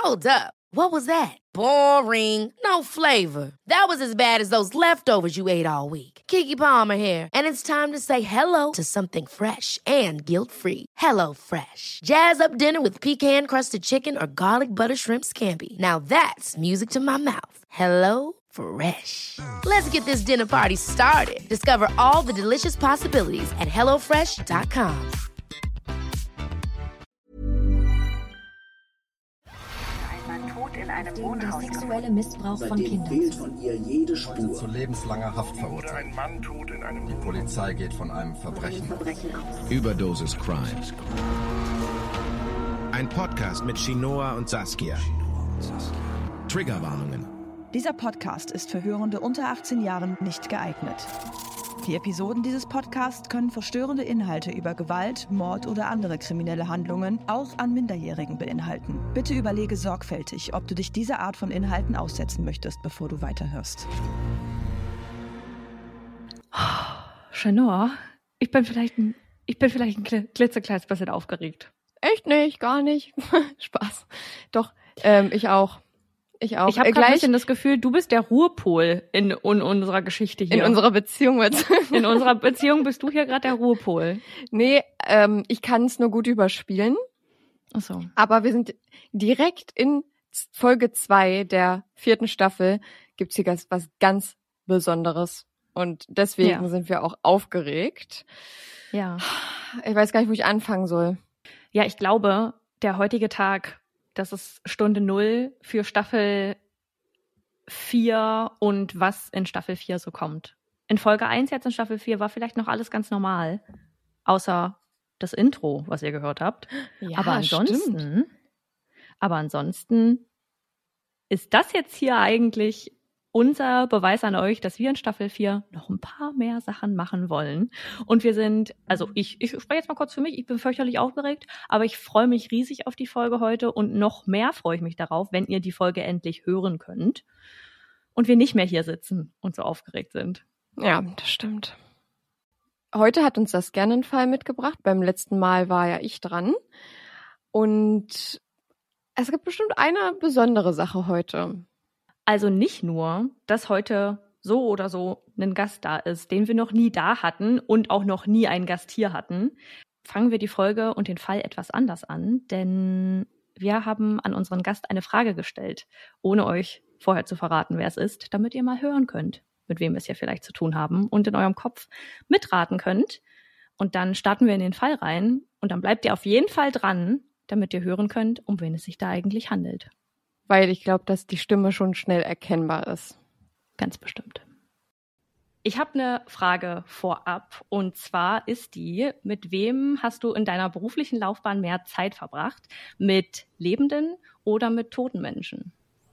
Hold up. What was that? Boring. No flavor. That was as bad as those leftovers you ate all week. Keke Palmer here. And it's time to say hello to something fresh and guilt-free. Hello Fresh. Jazz up dinner with pecan-crusted chicken or garlic butter shrimp scampi. Now that's music to my mouth. Hello Fresh. Let's get this dinner party started. Discover all the delicious possibilities at hellofresh.com. Der sexuelle Missbrauch von Kindern. Fehlt von ihr jede Spur. Zu lebenslanger Haft verurteilt. Die Polizei geht von einem Verbrechen aus. Überdosis Crime. Ein Podcast mit Shinoa und Saskia. Triggerwarnungen. Dieser Podcast ist für Hörende unter 18 Jahren nicht geeignet. Die Episoden dieses Podcasts können verstörende Inhalte über Gewalt, Mord oder andere kriminelle Handlungen auch an Minderjährigen beinhalten. Bitte überlege sorgfältig, ob du dich dieser Art von Inhalten aussetzen möchtest, bevor du weiterhörst. Shinoa, ich bin vielleicht ein klitzekleines bisschen aufgeregt. Echt nicht, gar nicht. Spaß. Doch, ich auch. Ich habe gerade ein bisschen das Gefühl, du bist der Ruhepol in unserer Geschichte hier. In unserer Beziehung jetzt. In unserer Beziehung bist du hier gerade der Ruhepol. Nee, ich kann es nur gut überspielen. Ach so. Aber wir sind direkt in Folge 2 der 4. Staffel. Gibt's hier was ganz Besonderes. Und deswegen sind wir auch aufgeregt. Ja. Ich weiß gar nicht, wo ich anfangen soll. Ja, ich glaube, der heutige Tag, das ist Stunde 0 für Staffel 4 und was in Staffel 4 so kommt. In Folge 1 jetzt in Staffel 4 war vielleicht noch alles ganz normal, außer das Intro, was ihr gehört habt. Ja, aber ansonsten ist das jetzt hier eigentlich unser Beweis an euch, dass wir in Staffel 4 noch ein paar mehr Sachen machen wollen. Und wir sind, also ich spreche jetzt mal kurz für mich, ich bin fürchterlich aufgeregt, aber ich freue mich riesig auf die Folge heute und noch mehr freue ich mich darauf, wenn ihr die Folge endlich hören könnt und wir nicht mehr hier sitzen und so aufgeregt sind. Ja, das stimmt. Heute hat uns das gerne einen Fall mitgebracht. Beim letzten Mal war ja ich dran. Und es gibt bestimmt eine besondere Sache heute. Also nicht nur, dass heute so oder so ein Gast da ist, den wir noch nie da hatten und auch noch nie einen Gast hier hatten, fangen wir die Folge und den Fall etwas anders an, denn wir haben an unseren Gast eine Frage gestellt, ohne euch vorher zu verraten, wer es ist, damit ihr mal hören könnt, mit wem wir es hier vielleicht zu tun haben und in eurem Kopf mitraten könnt. Und dann starten wir in den Fall rein und dann bleibt ihr auf jeden Fall dran, damit ihr hören könnt, um wen es sich da eigentlich handelt. Weil ich glaube, dass die Stimme schon schnell erkennbar ist. Ganz bestimmt. Ich habe eine Frage vorab und zwar ist die, mit wem hast du in deiner beruflichen Laufbahn mehr Zeit verbracht? Mit lebenden oder mit toten Menschen?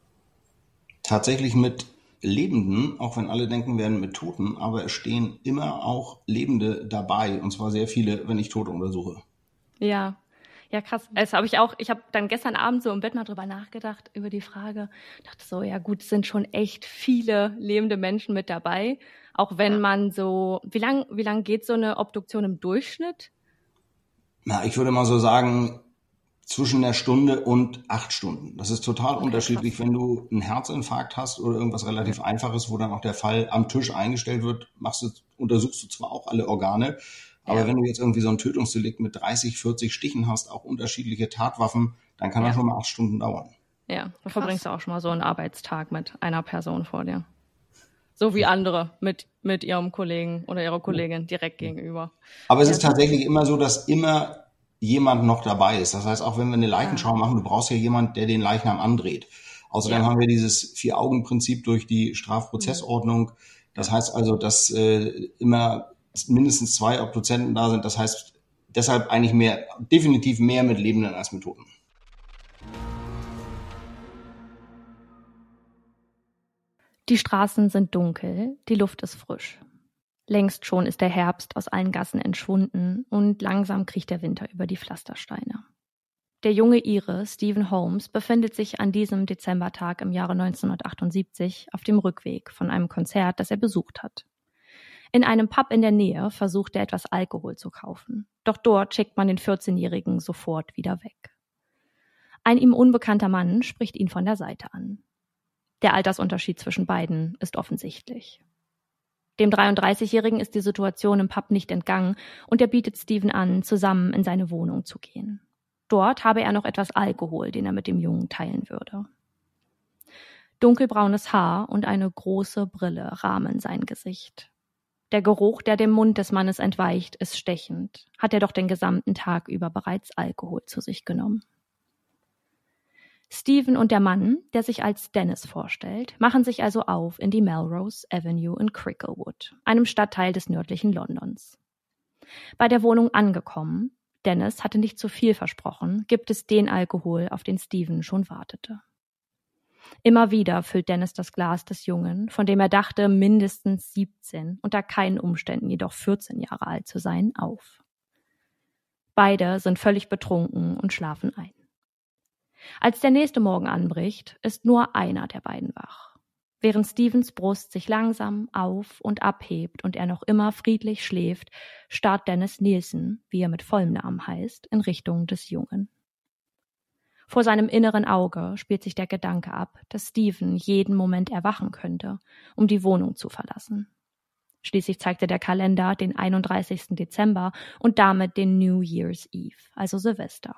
Tatsächlich mit Lebenden, auch wenn alle denken, wir werden mit Toten, aber es stehen immer auch Lebende dabei, und zwar sehr viele, wenn ich Tote untersuche. Ja. Ja, krass. Das habe ich auch. Ich habe dann gestern Abend so im Bett mal drüber nachgedacht, über die Frage. Dachte so, ja gut, es sind schon echt viele lebende Menschen mit dabei. Auch wenn man so, wie lang geht so eine Obduktion im Durchschnitt? Na, ich würde mal so sagen, zwischen einer Stunde und 8 Stunden. Das ist total unterschiedlich, krass. Wenn du einen Herzinfarkt hast oder irgendwas relativ Einfaches, wo dann auch der Fall am Tisch eingestellt wird, untersuchst du zwar auch alle Organe, aber wenn du jetzt irgendwie so ein Tötungsdelikt mit 30, 40 Stichen hast, auch unterschiedliche Tatwaffen, dann kann das schon mal 8 Stunden dauern. Ja, da verbringst du auch schon mal so einen Arbeitstag mit einer Person vor dir. So wie andere mit ihrem Kollegen oder ihrer Kollegin direkt gegenüber. Aber es ist tatsächlich immer so, dass immer jemand noch dabei ist. Das heißt, auch wenn wir eine Leichenschau machen, du brauchst ja jemand, der den Leichnam andreht. Außerdem haben wir dieses 4-Augen-Prinzip durch die Strafprozessordnung. Das heißt also, dass immer mindestens 2 Obduzenten da sind. Das heißt, deshalb eigentlich definitiv mehr mit Lebenden als mit Toten. Die Straßen sind dunkel, die Luft ist frisch. Längst schon ist der Herbst aus allen Gassen entschwunden und langsam kriecht der Winter über die Pflastersteine. Der junge Ire, Stephen Holmes, befindet sich an diesem Dezembertag im Jahre 1978 auf dem Rückweg von einem Konzert, das er besucht hat. In einem Pub in der Nähe versucht er etwas Alkohol zu kaufen. Doch dort schickt man den 14-Jährigen sofort wieder weg. Ein ihm unbekannter Mann spricht ihn von der Seite an. Der Altersunterschied zwischen beiden ist offensichtlich. Dem 33-Jährigen ist die Situation im Pub nicht entgangen und er bietet Steven an, zusammen in seine Wohnung zu gehen. Dort habe er noch etwas Alkohol, den er mit dem Jungen teilen würde. Dunkelbraunes Haar und eine große Brille rahmen sein Gesicht. Der Geruch, der dem Mund des Mannes entweicht, ist stechend, hat er doch den gesamten Tag über bereits Alkohol zu sich genommen. Steven und der Mann, der sich als Dennis vorstellt, machen sich also auf in die Melrose Avenue in Cricklewood, einem Stadtteil des nördlichen Londons. Bei der Wohnung angekommen, Dennis hatte nicht zu viel versprochen, gibt es den Alkohol, auf den Steven schon wartete. Immer wieder füllt Dennis das Glas des Jungen, von dem er dachte, mindestens 17, unter keinen Umständen jedoch 14 Jahre alt zu sein, auf. Beide sind völlig betrunken und schlafen ein. Als der nächste Morgen anbricht, ist nur einer der beiden wach. Während Stevens Brust sich langsam auf- und abhebt und er noch immer friedlich schläft, starrt Dennis Nielsen, wie er mit vollem Namen heißt, in Richtung des Jungen. Vor seinem inneren Auge spielt sich der Gedanke ab, dass Steven jeden Moment erwachen könnte, um die Wohnung zu verlassen. Schließlich zeigte der Kalender den 31. Dezember und damit den New Year's Eve, also Silvester.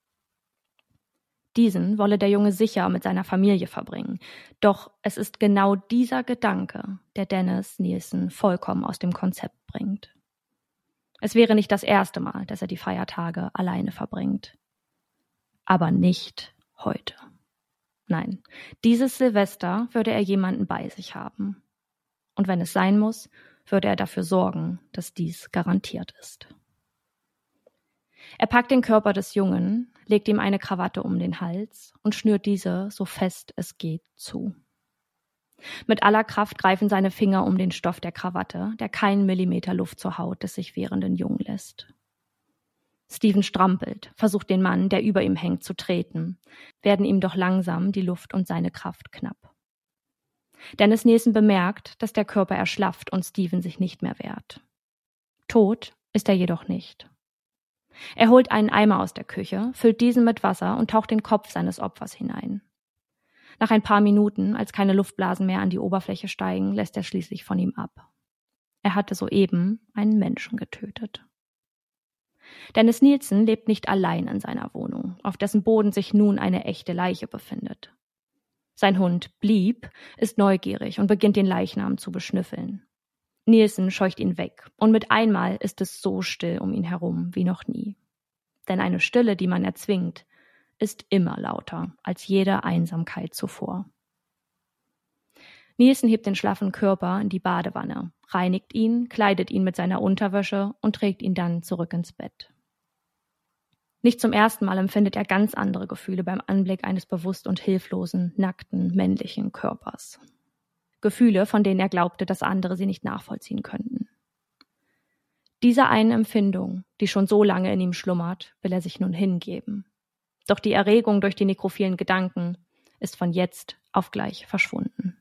Diesen wolle der Junge sicher mit seiner Familie verbringen. Doch es ist genau dieser Gedanke, der Dennis Nielsen vollkommen aus dem Konzept bringt. Es wäre nicht das erste Mal, dass er die Feiertage alleine verbringt. Aber nicht heute. Nein, dieses Silvester würde er jemanden bei sich haben. Und wenn es sein muss, würde er dafür sorgen, dass dies garantiert ist. Er packt den Körper des Jungen, legt ihm eine Krawatte um den Hals und schnürt diese so fest es geht zu. Mit aller Kraft greifen seine Finger um den Stoff der Krawatte, der keinen Millimeter Luft zur Haut des sich wehrenden Jungen lässt. Steven strampelt, versucht den Mann, der über ihm hängt, zu treten, werden ihm doch langsam die Luft und seine Kraft knapp. Dennis Nielsen bemerkt, dass der Körper erschlafft und Steven sich nicht mehr wehrt. Tot ist er jedoch nicht. Er holt einen Eimer aus der Küche, füllt diesen mit Wasser und taucht den Kopf seines Opfers hinein. Nach ein paar Minuten, als keine Luftblasen mehr an die Oberfläche steigen, lässt er schließlich von ihm ab. Er hatte soeben einen Menschen getötet. Dennis Nielsen lebt nicht allein in seiner Wohnung, auf dessen Boden sich nun eine echte Leiche befindet. Sein Hund Bleep ist neugierig und beginnt den Leichnam zu beschnüffeln. Nielsen scheucht ihn weg und mit einmal ist es so still um ihn herum wie noch nie. Denn eine Stille, die man erzwingt, ist immer lauter als jede Einsamkeit zuvor. Nielsen hebt den schlaffen Körper in die Badewanne, reinigt ihn, kleidet ihn mit seiner Unterwäsche und trägt ihn dann zurück ins Bett. Nicht zum ersten Mal empfindet er ganz andere Gefühle beim Anblick eines bewusst und hilflosen, nackten, männlichen Körpers. Gefühle, von denen er glaubte, dass andere sie nicht nachvollziehen könnten. Dieser einen Empfindung, die schon so lange in ihm schlummert, will er sich nun hingeben. Doch die Erregung durch die nekrophilen Gedanken ist von jetzt auf gleich verschwunden.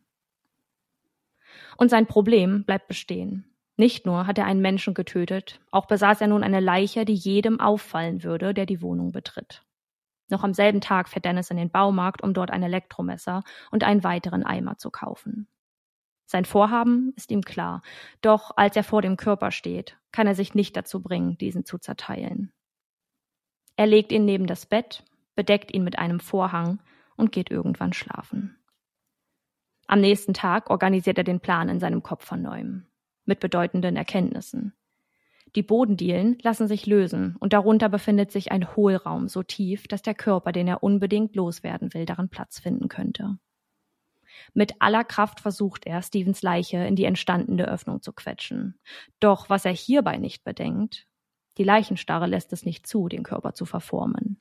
Und sein Problem bleibt bestehen. Nicht nur hat er einen Menschen getötet, auch besaß er nun eine Leiche, die jedem auffallen würde, der die Wohnung betritt. Noch am selben Tag fährt Dennis in den Baumarkt, um dort ein Elektromesser und einen weiteren Eimer zu kaufen. Sein Vorhaben ist ihm klar, doch als er vor dem Körper steht, kann er sich nicht dazu bringen, diesen zu zerteilen. Er legt ihn neben das Bett, bedeckt ihn mit einem Vorhang und geht irgendwann schlafen. Am nächsten Tag organisiert er den Plan in seinem Kopf von neuem, mit bedeutenden Erkenntnissen. Die Bodendielen lassen sich lösen und darunter befindet sich ein Hohlraum so tief, dass der Körper, den er unbedingt loswerden will, darin Platz finden könnte. Mit aller Kraft versucht er, Stevens Leiche in die entstandene Öffnung zu quetschen. Doch was er hierbei nicht bedenkt, die Leichenstarre lässt es nicht zu, den Körper zu verformen.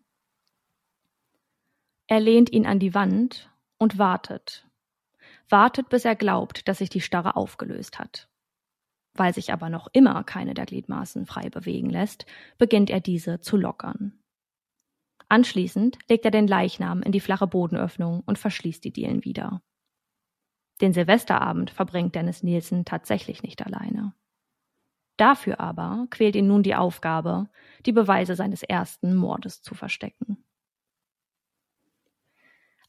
Er lehnt ihn an die Wand und wartet. Wartet, bis er glaubt, dass sich die Starre aufgelöst hat. Weil sich aber noch immer keine der Gliedmaßen frei bewegen lässt, beginnt er diese zu lockern. Anschließend legt er den Leichnam in die flache Bodenöffnung und verschließt die Dielen wieder. Den Silvesterabend verbringt Dennis Nielsen tatsächlich nicht alleine. Dafür aber quält ihn nun die Aufgabe, die Beweise seines ersten Mordes zu verstecken.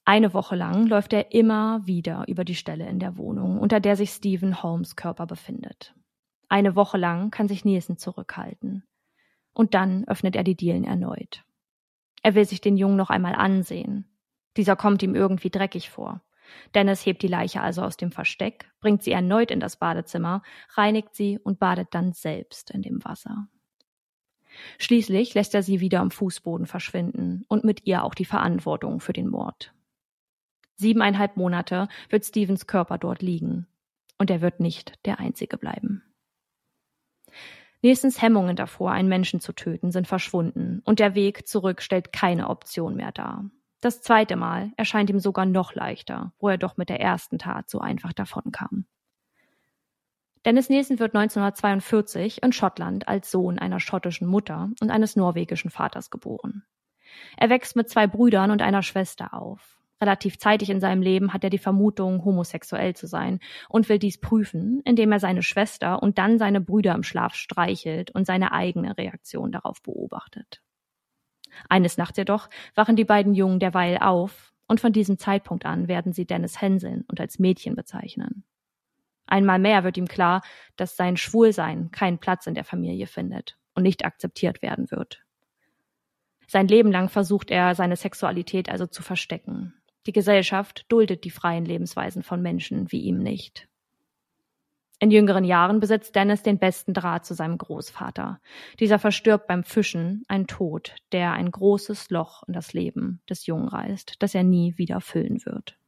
Eine Woche lang läuft er immer wieder über die Stelle in der Wohnung, unter der sich Stephen Holmes' Körper befindet. Eine Woche lang kann sich Nielsen zurückhalten. Und dann öffnet er die Dielen erneut. Er will sich den Jungen noch einmal ansehen. Dieser kommt ihm irgendwie dreckig vor. Dennis hebt die Leiche also aus dem Versteck, bringt sie erneut in das Badezimmer, reinigt sie und badet dann selbst in dem Wasser. Schließlich lässt er sie wieder am Fußboden verschwinden und mit ihr auch die Verantwortung für den Mord. 7,5 Monate wird Stephens Körper dort liegen. Und er wird nicht der Einzige bleiben. Nielsens Hemmungen davor, einen Menschen zu töten, sind verschwunden und der Weg zurück stellt keine Option mehr dar. Das zweite Mal erscheint ihm sogar noch leichter, wo er doch mit der ersten Tat so einfach davonkam. Dennis Nielsen wird 1942 in Schottland als Sohn einer schottischen Mutter und eines norwegischen Vaters geboren. Er wächst mit 2 Brüdern und einer Schwester auf. Relativ zeitig in seinem Leben hat er die Vermutung, homosexuell zu sein und will dies prüfen, indem er seine Schwester und dann seine Brüder im Schlaf streichelt und seine eigene Reaktion darauf beobachtet. Eines Nachts jedoch wachen die beiden Jungen derweil auf und von diesem Zeitpunkt an werden sie Dennis hänseln und als Mädchen bezeichnen. Einmal mehr wird ihm klar, dass sein Schwulsein keinen Platz in der Familie findet und nicht akzeptiert werden wird. Sein Leben lang versucht er, seine Sexualität also zu verstecken. Die Gesellschaft duldet die freien Lebensweisen von Menschen wie ihm nicht. In jüngeren Jahren besitzt Dennis den besten Draht zu seinem Großvater. Dieser verstirbt beim Fischen, ein Tod, der ein großes Loch in das Leben des Jungen reißt, das er nie wieder füllen wird.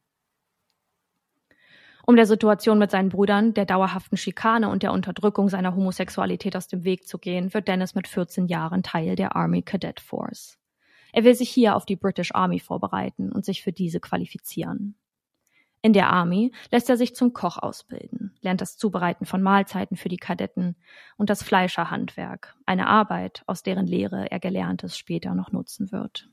Um der Situation mit seinen Brüdern, der dauerhaften Schikane und der Unterdrückung seiner Homosexualität aus dem Weg zu gehen, wird Dennis mit 14 Jahren Teil der Army Cadet Force. Er will sich hier auf die British Army vorbereiten und sich für diese qualifizieren. In der Army lässt er sich zum Koch ausbilden, lernt das Zubereiten von Mahlzeiten für die Kadetten und das Fleischerhandwerk, eine Arbeit, aus deren Lehre er Gelerntes später noch nutzen wird.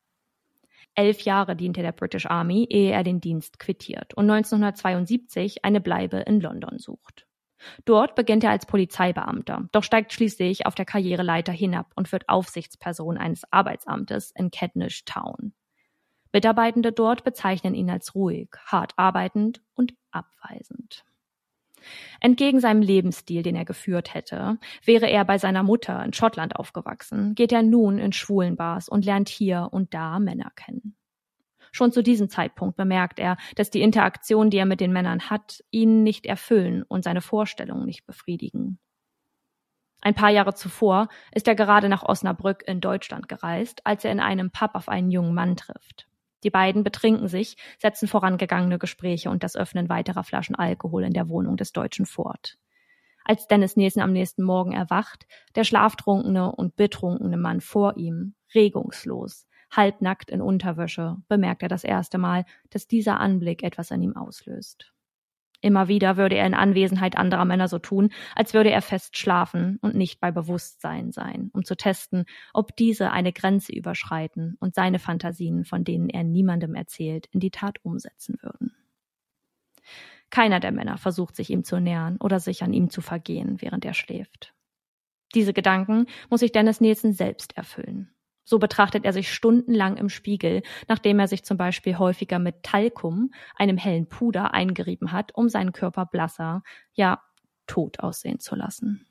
11 Jahre diente der British Army, ehe er den Dienst quittiert und 1972 eine Bleibe in London sucht. Dort beginnt er als Polizeibeamter, doch steigt schließlich auf der Karriereleiter hinab und wird Aufsichtsperson eines Arbeitsamtes in Caithness Town. Mitarbeitende dort bezeichnen ihn als ruhig, hart arbeitend und abweisend. Entgegen seinem Lebensstil, den er geführt hätte, wäre er bei seiner Mutter in Schottland aufgewachsen, geht er nun in Schwulenbars und lernt hier und da Männer kennen. Schon zu diesem Zeitpunkt bemerkt er, dass die Interaktion, die er mit den Männern hat, ihn nicht erfüllen und seine Vorstellungen nicht befriedigen. Ein paar Jahre zuvor ist er gerade nach Osnabrück in Deutschland gereist, als er in einem Pub auf einen jungen Mann trifft. Die beiden betrinken sich, setzen vorangegangene Gespräche und das Öffnen weiterer Flaschen Alkohol in der Wohnung des Deutschen fort. Als Dennis Nielsen am nächsten Morgen erwacht, der schlaftrunkene und betrunkene Mann vor ihm, regungslos, halbnackt in Unterwäsche, bemerkt er das erste Mal, dass dieser Anblick etwas in ihm auslöst. Immer wieder würde er in Anwesenheit anderer Männer so tun, als würde er fest schlafen und nicht bei Bewusstsein sein, um zu testen, ob diese eine Grenze überschreiten und seine Fantasien, von denen er niemandem erzählt, in die Tat umsetzen würden. Keiner der Männer versucht, sich ihm zu nähern oder sich an ihm zu vergehen, während er schläft. Diese Gedanken muss sich Dennis Nielsen selbst erfüllen. So betrachtet er sich stundenlang im Spiegel, nachdem er sich zum Beispiel häufiger mit Talkum, einem hellen Puder, eingerieben hat, um seinen Körper blasser, ja, tot aussehen zu lassen.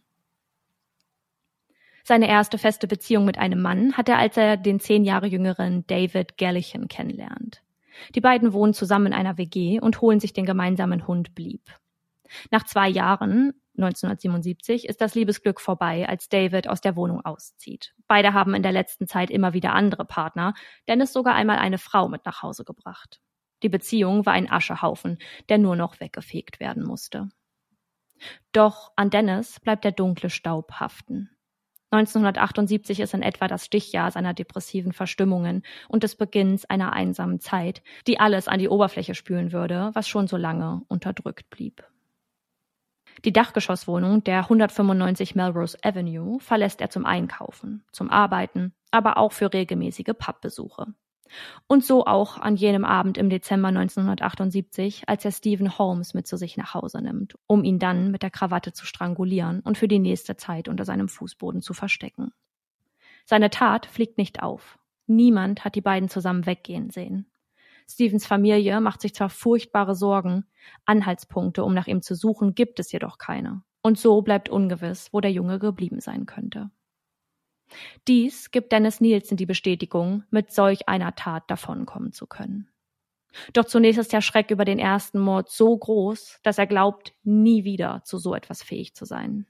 Seine erste feste Beziehung mit einem Mann hat er, als er den 10 Jahre jüngeren David Gallichan kennenlernt. Die beiden wohnen zusammen in einer WG und holen sich den gemeinsamen Hund Bleep. Nach 2 Jahren, 1977, ist das Liebesglück vorbei, als David aus der Wohnung auszieht. Beide haben in der letzten Zeit immer wieder andere Partner, Dennis sogar einmal eine Frau mit nach Hause gebracht. Die Beziehung war ein Aschehaufen, der nur noch weggefegt werden musste. Doch an Dennis bleibt der dunkle Staub haften. 1978 ist in etwa das Stichjahr seiner depressiven Verstimmungen und des Beginns einer einsamen Zeit, die alles an die Oberfläche spülen würde, was schon so lange unterdrückt blieb. Die Dachgeschosswohnung der 195 Melrose Avenue verlässt er zum Einkaufen, zum Arbeiten, aber auch für regelmäßige Pubbesuche. Und so auch an jenem Abend im Dezember 1978, als er Stephen Holmes mit zu sich nach Hause nimmt, um ihn dann mit der Krawatte zu strangulieren und für die nächste Zeit unter seinem Fußboden zu verstecken. Seine Tat fliegt nicht auf. Niemand hat die beiden zusammen weggehen sehen. Stephens Familie macht sich zwar furchtbare Sorgen, Anhaltspunkte, um nach ihm zu suchen, gibt es jedoch keine. Und so bleibt ungewiss, wo der Junge geblieben sein könnte. Dies gibt Dennis Nielsen die Bestätigung, mit solch einer Tat davonkommen zu können. Doch zunächst ist der Schreck über den ersten Mord so groß, dass er glaubt, nie wieder zu so etwas fähig zu sein.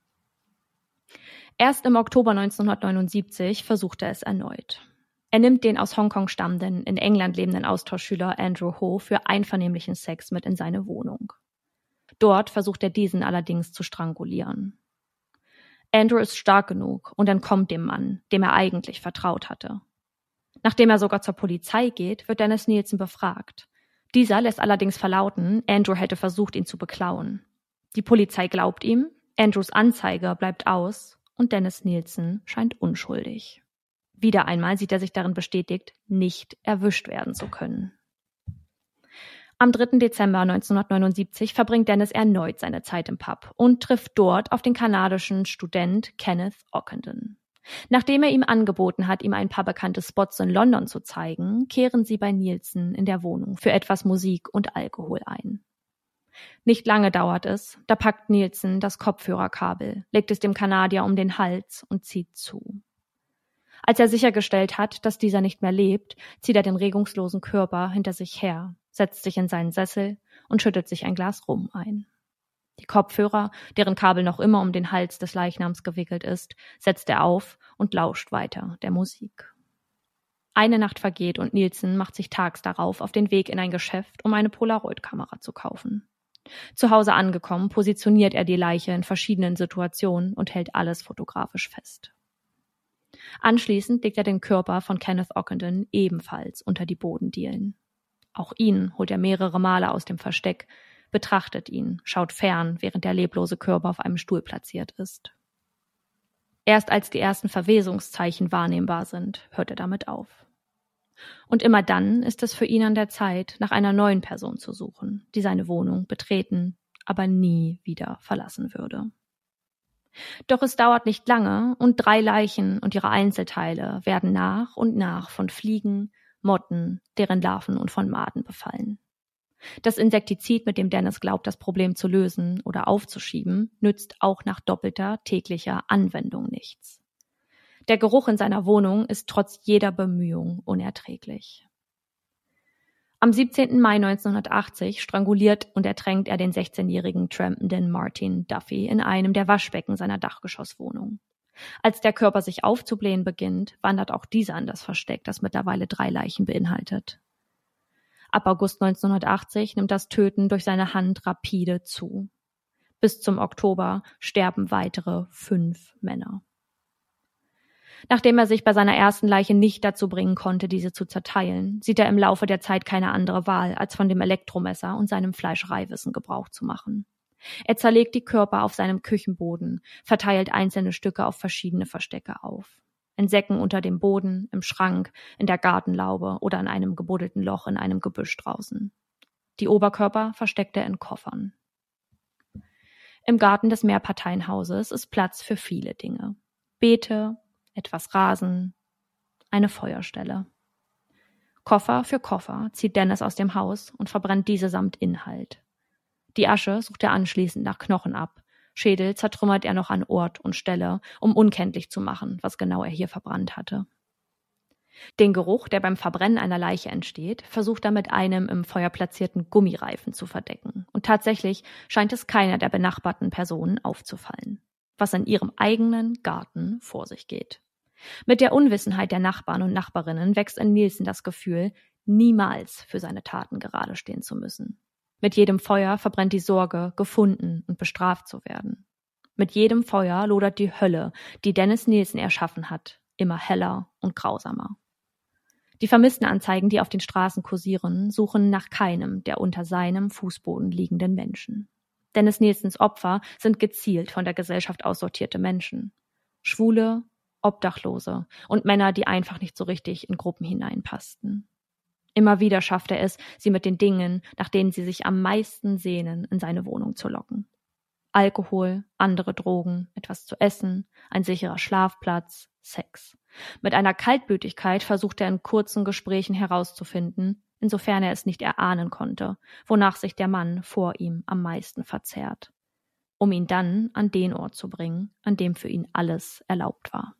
Erst im Oktober 1979 versucht er es erneut. Er nimmt den aus Hongkong stammenden, in England lebenden Austauschschüler Andrew Ho für einvernehmlichen Sex mit in seine Wohnung. Dort versucht er diesen allerdings zu strangulieren. Andrew ist stark genug und entkommt dem Mann, dem er eigentlich vertraut hatte. Nachdem er sogar zur Polizei geht, wird Dennis Nielsen befragt. Dieser lässt allerdings verlauten, Andrew hätte versucht, ihn zu beklauen. Die Polizei glaubt ihm, Andrews Anzeige bleibt aus und Dennis Nielsen scheint unschuldig. Wieder einmal sieht er sich darin bestätigt, nicht erwischt werden zu können. Am 3. Dezember 1979 verbringt Dennis erneut seine Zeit im Pub und trifft dort auf den kanadischen Student Kenneth Ockenden. Nachdem er ihm angeboten hat, ihm ein paar bekannte Spots in London zu zeigen, kehren sie bei Nielsen in der Wohnung für etwas Musik und Alkohol ein. Nicht lange dauert es, da packt Nielsen das Kopfhörerkabel, legt es dem Kanadier um den Hals und zieht zu. Als er sichergestellt hat, dass dieser nicht mehr lebt, zieht er den regungslosen Körper hinter sich her, setzt sich in seinen Sessel und schüttet sich ein Glas Rum ein. Die Kopfhörer, deren Kabel noch immer um den Hals des Leichnams gewickelt ist, setzt er auf und lauscht weiter der Musik. Eine Nacht vergeht und Nielsen macht sich tags darauf auf den Weg in ein Geschäft, um eine Polaroid-Kamera zu kaufen. Zu Hause angekommen, positioniert er die Leiche in verschiedenen Situationen und hält alles fotografisch fest. Anschließend legt er den Körper von Kenneth Ockenden ebenfalls unter die Bodendielen. Auch ihn holt er mehrere Male aus dem Versteck, betrachtet ihn, schaut fern, während der leblose Körper auf einem Stuhl platziert ist. Erst als die ersten Verwesungszeichen wahrnehmbar sind, hört er damit auf. Und immer dann ist es für ihn an der Zeit, nach einer neuen Person zu suchen, die seine Wohnung betreten, aber nie wieder verlassen würde. Doch es dauert nicht lange und 3 Leichen und ihre Einzelteile werden nach und nach von Fliegen, Motten, deren Larven und von Maden befallen. Das Insektizid, mit dem Dennis glaubt, das Problem zu lösen oder aufzuschieben, nützt auch nach doppelter täglicher Anwendung nichts. Der Geruch in seiner Wohnung ist trotz jeder Bemühung unerträglich. Am 17. Mai 1980 stranguliert und ertränkt er den 16-jährigen trampenden Martin Duffy in einem der Waschbecken seiner Dachgeschosswohnung. Als der Körper sich aufzublähen beginnt, wandert auch dieser in das Versteck, das mittlerweile 3 Leichen beinhaltet. Ab August 1980 nimmt das Töten durch seine Hand rapide zu. Bis zum Oktober sterben weitere 5 Männer. Nachdem er sich bei seiner ersten Leiche nicht dazu bringen konnte, diese zu zerteilen, sieht er im Laufe der Zeit keine andere Wahl, als von dem Elektromesser und seinem Fleischereiwissen Gebrauch zu machen. Er zerlegt die Körper auf seinem Küchenboden, verteilt einzelne Stücke auf verschiedene Verstecke auf. In Säcken unter dem Boden, im Schrank, in der Gartenlaube oder in einem gebuddelten Loch in einem Gebüsch draußen. Die Oberkörper versteckt er in Koffern. Im Garten des Mehrparteienhauses ist Platz für viele Dinge. Beete, etwas Rasen, eine Feuerstelle. Koffer für Koffer zieht Dennis aus dem Haus und verbrennt diese samt Inhalt. Die Asche sucht er anschließend nach Knochen ab. Schädel zertrümmert er noch an Ort und Stelle, um unkenntlich zu machen, was genau er hier verbrannt hatte. Den Geruch, der beim Verbrennen einer Leiche entsteht, versucht er mit einem im Feuer platzierten Gummireifen zu verdecken. Und tatsächlich scheint es keiner der benachbarten Personen aufzufallen, was in ihrem eigenen Garten vor sich geht. Mit der Unwissenheit der Nachbarn und Nachbarinnen wächst in Nielsen das Gefühl, niemals für seine Taten gerade stehen zu müssen. Mit jedem Feuer verbrennt die Sorge, gefunden und bestraft zu werden. Mit jedem Feuer lodert die Hölle, die Dennis Nielsen erschaffen hat, immer heller und grausamer. Die Vermisstenanzeigen, die auf den Straßen kursieren, suchen nach keinem der unter seinem Fußboden liegenden Menschen. Dennis Nielsens Opfer sind gezielt von der Gesellschaft aussortierte Menschen. Schwule, Obdachlose und Männer, die einfach nicht so richtig in Gruppen hineinpassten. Immer wieder schafft er es, sie mit den Dingen, nach denen sie sich am meisten sehnen, in seine Wohnung zu locken. Alkohol, andere Drogen, etwas zu essen, ein sicherer Schlafplatz, Sex. Mit einer Kaltblütigkeit versucht er in kurzen Gesprächen herauszufinden, insofern er es nicht erahnen konnte, wonach sich der Mann vor ihm am meisten verzehrt, um ihn dann an den Ort zu bringen, an dem für ihn alles erlaubt war.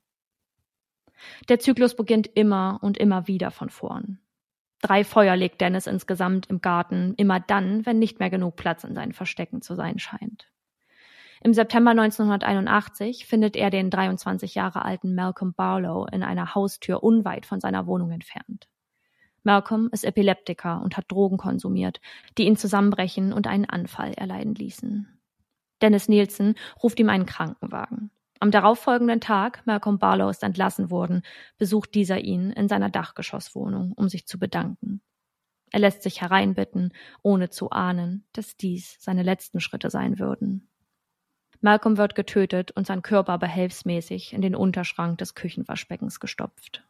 Der Zyklus beginnt immer und immer wieder von vorn. 3 Feuer legt Dennis insgesamt im Garten, immer dann, wenn nicht mehr genug Platz in seinen Verstecken zu sein scheint. Im September 1981 findet er den 23 Jahre alten Malcolm Barlow in einer Haustür unweit von seiner Wohnung entfernt. Malcolm ist Epileptiker und hat Drogen konsumiert, die ihn zusammenbrechen und einen Anfall erleiden ließen. Dennis Nielsen ruft ihm einen Krankenwagen. Am darauffolgenden Tag, Malcolm Barlow ist entlassen worden, besucht dieser ihn in seiner Dachgeschosswohnung, um sich zu bedanken. Er lässt sich hereinbitten, ohne zu ahnen, dass dies seine letzten Schritte sein würden. Malcolm wird getötet und sein Körper behelfsmäßig in den Unterschrank des Küchenwaschbeckens gestopft.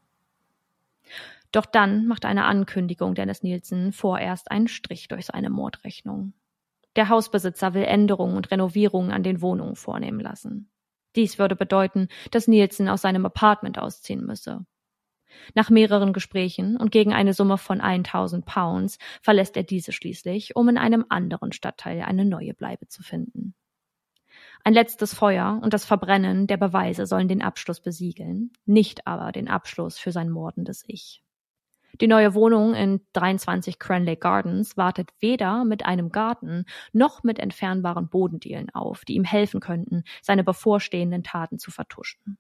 Doch dann macht eine Ankündigung Dennis Nielsen vorerst einen Strich durch seine Mordrechnung. Der Hausbesitzer will Änderungen und Renovierungen an den Wohnungen vornehmen lassen. Dies würde bedeuten, dass Nielsen aus seinem Apartment ausziehen müsse. Nach mehreren Gesprächen und gegen eine Summe von 1.000 Pounds verlässt er diese schließlich, um in einem anderen Stadtteil eine neue Bleibe zu finden. Ein letztes Feuer und das Verbrennen der Beweise sollen den Abschluss besiegeln, nicht aber den Abschluss für sein mordendes Ich. Die neue Wohnung in 23 Cranley Gardens wartet weder mit einem Garten noch mit entfernbaren Bodendielen auf, die ihm helfen könnten, seine bevorstehenden Taten zu vertuschen.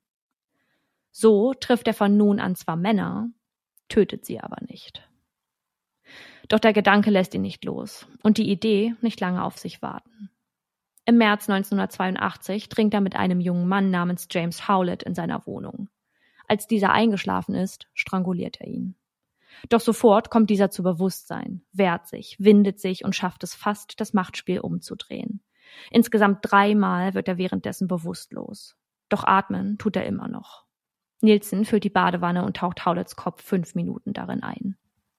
So trifft er von nun an zwar Männer, tötet sie aber nicht. Doch der Gedanke lässt ihn nicht los und die Idee nicht lange auf sich warten. Im März 1982 dringt er mit einem jungen Mann namens James Howlett in seiner Wohnung. Als dieser eingeschlafen ist, stranguliert er ihn. Doch sofort kommt dieser zu Bewusstsein, wehrt sich, windet sich und schafft es fast, das Machtspiel umzudrehen. Insgesamt 3 Mal wird er währenddessen bewusstlos. Doch atmen tut er immer noch. Nielsen füllt die Badewanne und taucht Howletts Kopf 5 Minuten darin ein.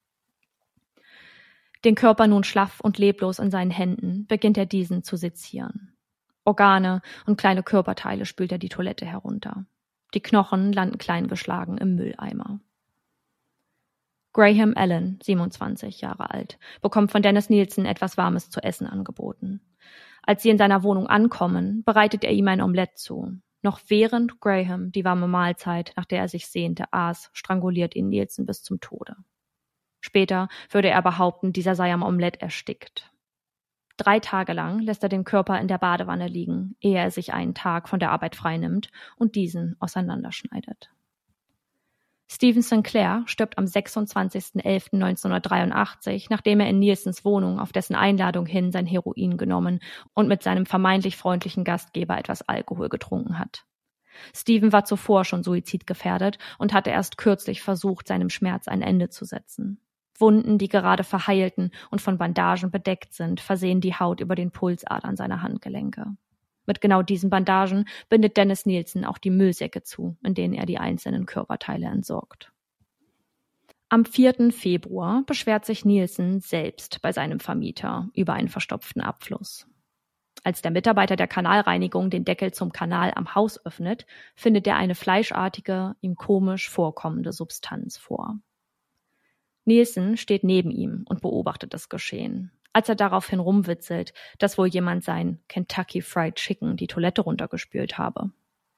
Den Körper nun schlaff und leblos in seinen Händen, beginnt er diesen zu sezieren. Organe und kleine Körperteile spült er die Toilette herunter. Die Knochen landen kleingeschlagen im Mülleimer. Graham Allen, 27 Jahre alt, bekommt von Dennis Nielsen etwas Warmes zu essen angeboten. Als sie in seiner Wohnung ankommen, bereitet er ihm ein Omelett zu. Noch während Graham die warme Mahlzeit, nach der er sich sehnte, aß, stranguliert ihn Nielsen bis zum Tode. Später würde er behaupten, dieser sei am Omelett erstickt. 3 Tage lang lässt er den Körper in der Badewanne liegen, ehe er sich einen Tag von der Arbeit freinimmt und diesen auseinanderschneidet. Stephen Sinclair stirbt am 26.11.1983, nachdem er in Nielsens Wohnung auf dessen Einladung hin sein Heroin genommen und mit seinem vermeintlich freundlichen Gastgeber etwas Alkohol getrunken hat. Stephen war zuvor schon suizidgefährdet und hatte erst kürzlich versucht, seinem Schmerz ein Ende zu setzen. Wunden, die gerade verheilten und von Bandagen bedeckt sind, versehen die Haut über den Pulsadern seiner Handgelenke. Mit genau diesen Bandagen bindet Dennis Nielsen auch die Müllsäcke zu, in denen er die einzelnen Körperteile entsorgt. Am 4. Februar beschwert sich Nielsen selbst bei seinem Vermieter über einen verstopften Abfluss. Als der Mitarbeiter der Kanalreinigung den Deckel zum Kanal am Haus öffnet, findet er eine fleischartige, ihm komisch vorkommende Substanz vor. Nielsen steht neben ihm und beobachtet das Geschehen. Als er daraufhin rumwitzelt, dass wohl jemand sein Kentucky Fried Chicken die Toilette runtergespült habe.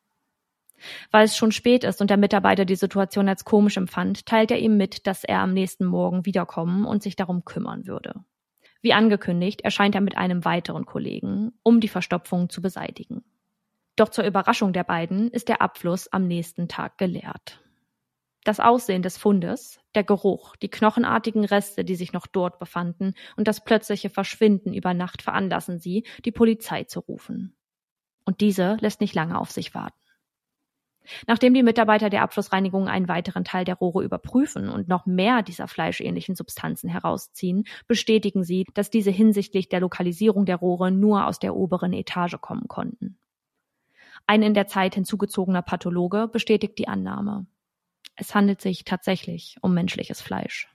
Weil es schon spät ist und der Mitarbeiter die Situation als komisch empfand, teilt er ihm mit, dass er am nächsten Morgen wiederkommen und sich darum kümmern würde. Wie angekündigt, erscheint er mit einem weiteren Kollegen, um die Verstopfung zu beseitigen. Doch zur Überraschung der beiden ist der Abfluss am nächsten Tag geleert. Das Aussehen des Fundes, der Geruch, die knochenartigen Reste, die sich noch dort befanden, und das plötzliche Verschwinden über Nacht veranlassen sie, die Polizei zu rufen. Und diese lässt nicht lange auf sich warten. Nachdem die Mitarbeiter der Abflussreinigung einen weiteren Teil der Rohre überprüfen und noch mehr dieser fleischähnlichen Substanzen herausziehen, bestätigen sie, dass diese hinsichtlich der Lokalisierung der Rohre nur aus der oberen Etage kommen konnten. Ein in der Zeit hinzugezogener Pathologe bestätigt die Annahme. Es handelt sich tatsächlich um menschliches Fleisch.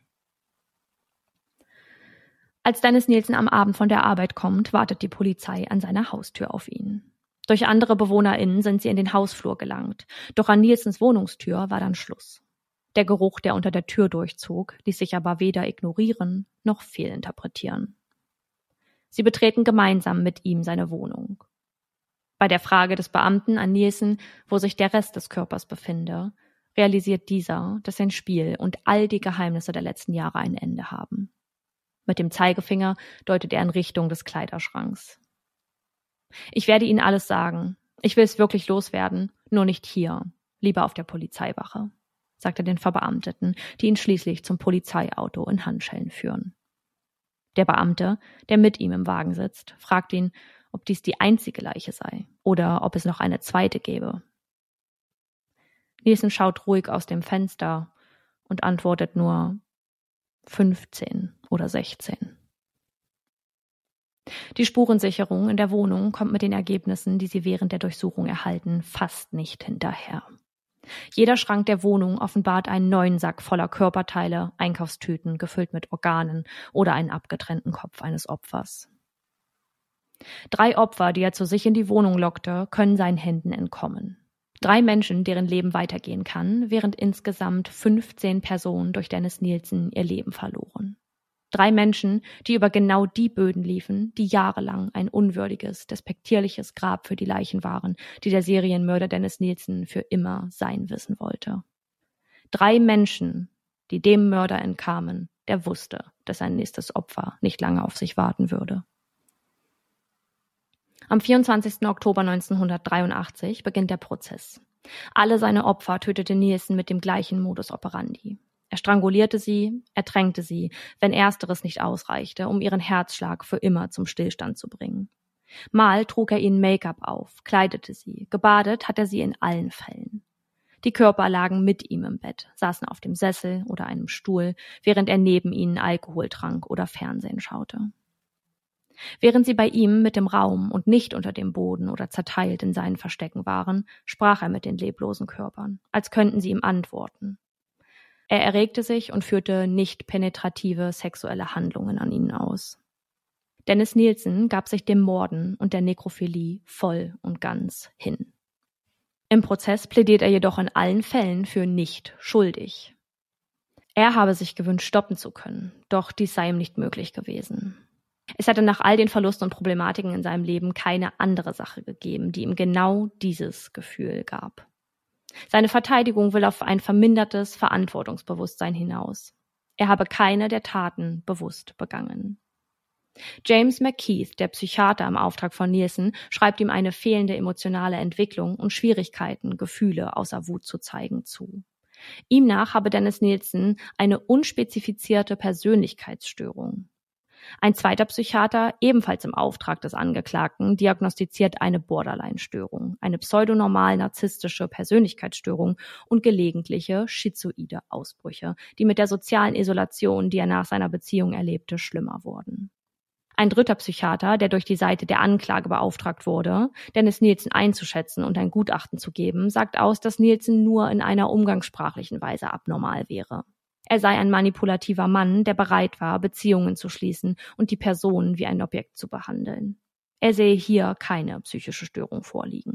Als Dennis Nielsen am Abend von der Arbeit kommt, wartet die Polizei an seiner Haustür auf ihn. Durch andere BewohnerInnen sind sie in den Hausflur gelangt, doch an Nielsens Wohnungstür war dann Schluss. Der Geruch, der unter der Tür durchzog, ließ sich aber weder ignorieren noch fehlinterpretieren. Sie betreten gemeinsam mit ihm seine Wohnung. Bei der Frage des Beamten an Nielsen, wo sich der Rest des Körpers befinde, realisiert dieser, dass sein Spiel und all die Geheimnisse der letzten Jahre ein Ende haben. Mit dem Zeigefinger deutet er in Richtung des Kleiderschranks. Ich werde Ihnen alles sagen. Ich will es wirklich loswerden, nur nicht hier, lieber auf der Polizeiwache, sagt er den Verbeamteten, die ihn schließlich zum Polizeiauto in Handschellen führen. Der Beamte, der mit ihm im Wagen sitzt, fragt ihn, ob dies die einzige Leiche sei oder ob es noch eine zweite gäbe. Nielsen schaut ruhig aus dem Fenster und antwortet nur 15 oder 16. Die Spurensicherung in der Wohnung kommt mit den Ergebnissen, die sie während der Durchsuchung erhalten, fast nicht hinterher. Jeder Schrank der Wohnung offenbart einen neuen Sack voller Körperteile, Einkaufstüten gefüllt mit Organen oder einen abgetrennten Kopf eines Opfers. 3 Opfer, die er zu sich in die Wohnung lockte, können seinen Händen entkommen. 3 Menschen, deren Leben weitergehen kann, während insgesamt 15 Personen durch Dennis Nielsen ihr Leben verloren. 3 Menschen, die über genau die Böden liefen, die jahrelang ein unwürdiges, despektierliches Grab für die Leichen waren, die der Serienmörder Dennis Nielsen für immer sein wissen wollte. 3 Menschen, die dem Mörder entkamen, der wusste, dass sein nächstes Opfer nicht lange auf sich warten würde. Am 24. Oktober 1983 beginnt der Prozess. Alle seine Opfer tötete Nielsen mit dem gleichen Modus operandi. Er strangulierte sie, ertränkte sie, wenn ersteres nicht ausreichte, um ihren Herzschlag für immer zum Stillstand zu bringen. Mal trug er ihnen Make-up auf, kleidete sie, gebadet hat er sie in allen Fällen. Die Körper lagen mit ihm im Bett, saßen auf dem Sessel oder einem Stuhl, während er neben ihnen Alkohol trank oder Fernsehen schaute. Während sie bei ihm mit dem Raum und nicht unter dem Boden oder zerteilt in seinen Verstecken waren, sprach er mit den leblosen Körpern, als könnten sie ihm antworten. Er erregte sich und führte nicht penetrative sexuelle Handlungen an ihnen aus. Dennis Nielsen gab sich dem Morden und der Nekrophilie voll und ganz hin. Im Prozess plädiert er jedoch in allen Fällen für nicht schuldig. Er habe sich gewünscht, stoppen zu können, doch dies sei ihm nicht möglich gewesen. Es hätte nach all den Verlusten und Problematiken in seinem Leben keine andere Sache gegeben, die ihm genau dieses Gefühl gab. Seine Verteidigung will auf ein vermindertes Verantwortungsbewusstsein hinaus. Er habe keine der Taten bewusst begangen. James McKeith, der Psychiater im Auftrag von Nielsen, schreibt ihm eine fehlende emotionale Entwicklung und Schwierigkeiten, Gefühle außer Wut zu zeigen, zu. Ihm nach habe Dennis Nielsen eine unspezifizierte Persönlichkeitsstörung. Ein zweiter Psychiater, ebenfalls im Auftrag des Angeklagten, diagnostiziert eine Borderline-Störung, eine pseudonormal-narzisstische Persönlichkeitsstörung und gelegentliche schizoide Ausbrüche, die mit der sozialen Isolation, die er nach seiner Beziehung erlebte, schlimmer wurden. Ein dritter Psychiater, der durch die Seite der Anklage beauftragt wurde, Dennis Nielsen einzuschätzen und ein Gutachten zu geben, sagt aus, dass Nielsen nur in einer umgangssprachlichen Weise abnormal wäre. Er sei ein manipulativer Mann, der bereit war, Beziehungen zu schließen und die Person wie ein Objekt zu behandeln. Er sehe hier keine psychische Störung vorliegen.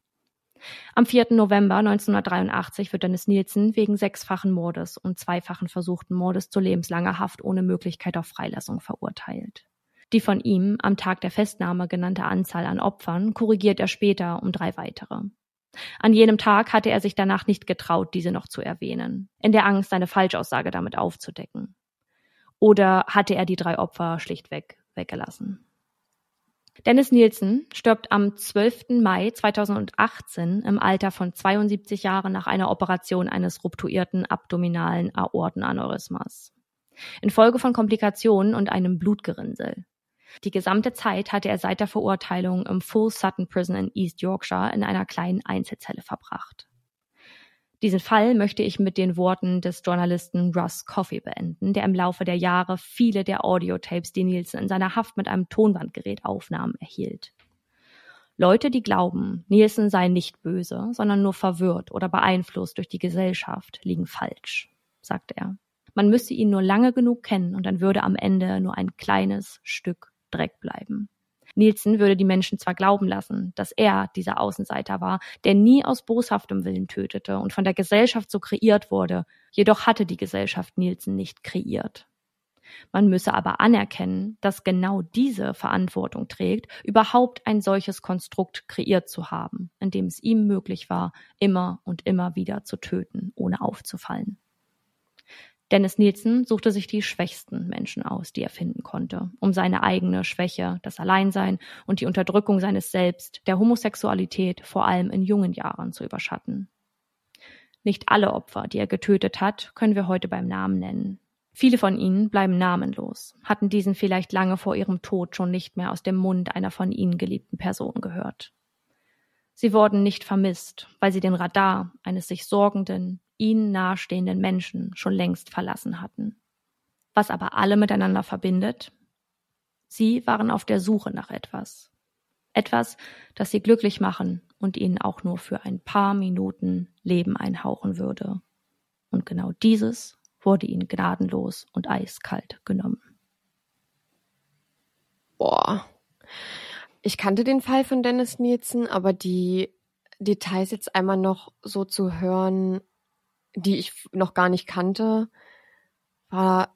Am 4. November 1983 wird Dennis Nielsen wegen 6-fachen Mordes und 2-fachen versuchten Mordes zu lebenslanger Haft ohne Möglichkeit auf Freilassung verurteilt. Die von ihm am Tag der Festnahme genannte Anzahl an Opfern korrigiert er später um 3 weitere. An jenem Tag hatte er sich danach nicht getraut, diese noch zu erwähnen, in der Angst, seine Falschaussage damit aufzudecken. Oder hatte er die 3 Opfer schlichtweg weggelassen? Dennis Nielsen stirbt am 12. Mai 2018 im Alter von 72 Jahren nach einer Operation eines rupturierten abdominalen Aortenaneurysmas. Infolge von Komplikationen und einem Blutgerinnsel. Die gesamte Zeit hatte er seit der Verurteilung im Full Sutton Prison in East Yorkshire in einer kleinen Einzelzelle verbracht. Diesen Fall möchte ich mit den Worten des Journalisten Russ Coffey beenden, der im Laufe der Jahre viele der Audiotapes, die Nielsen in seiner Haft mit einem Tonbandgerät aufnahm, erhielt. Leute, die glauben, Nielsen sei nicht böse, sondern nur verwirrt oder beeinflusst durch die Gesellschaft, liegen falsch, sagt er. Man müsse ihn nur lange genug kennen und dann würde am Ende nur ein kleines Stück Dreck bleiben. Nielsen würde die Menschen zwar glauben lassen, dass er dieser Außenseiter war, der nie aus boshaftem Willen tötete und von der Gesellschaft so kreiert wurde, jedoch hatte die Gesellschaft Nielsen nicht kreiert. Man müsse aber anerkennen, dass genau diese Verantwortung trägt, überhaupt ein solches Konstrukt kreiert zu haben, in dem es ihm möglich war, immer und immer wieder zu töten, ohne aufzufallen. Dennis Nielsen suchte sich die schwächsten Menschen aus, die er finden konnte, um seine eigene Schwäche, das Alleinsein und die Unterdrückung seines Selbst, der Homosexualität, vor allem in jungen Jahren zu überschatten. Nicht alle Opfer, die er getötet hat, können wir heute beim Namen nennen. Viele von ihnen bleiben namenlos, hatten diesen vielleicht lange vor ihrem Tod schon nicht mehr aus dem Mund einer von ihnen geliebten Person gehört. Sie wurden nicht vermisst, weil sie den Radar eines sich sorgenden, ihnen nahestehenden Menschen schon längst verlassen hatten. Was aber alle miteinander verbindet? Sie waren auf der Suche nach etwas. Etwas, das sie glücklich machen und ihnen auch nur für ein paar Minuten Leben einhauchen würde. Und genau dieses wurde ihnen gnadenlos und eiskalt genommen. Boah. Ich kannte den Fall von Dennis Nielsen, aber die Details jetzt einmal noch so zu hören, die ich noch gar nicht kannte, war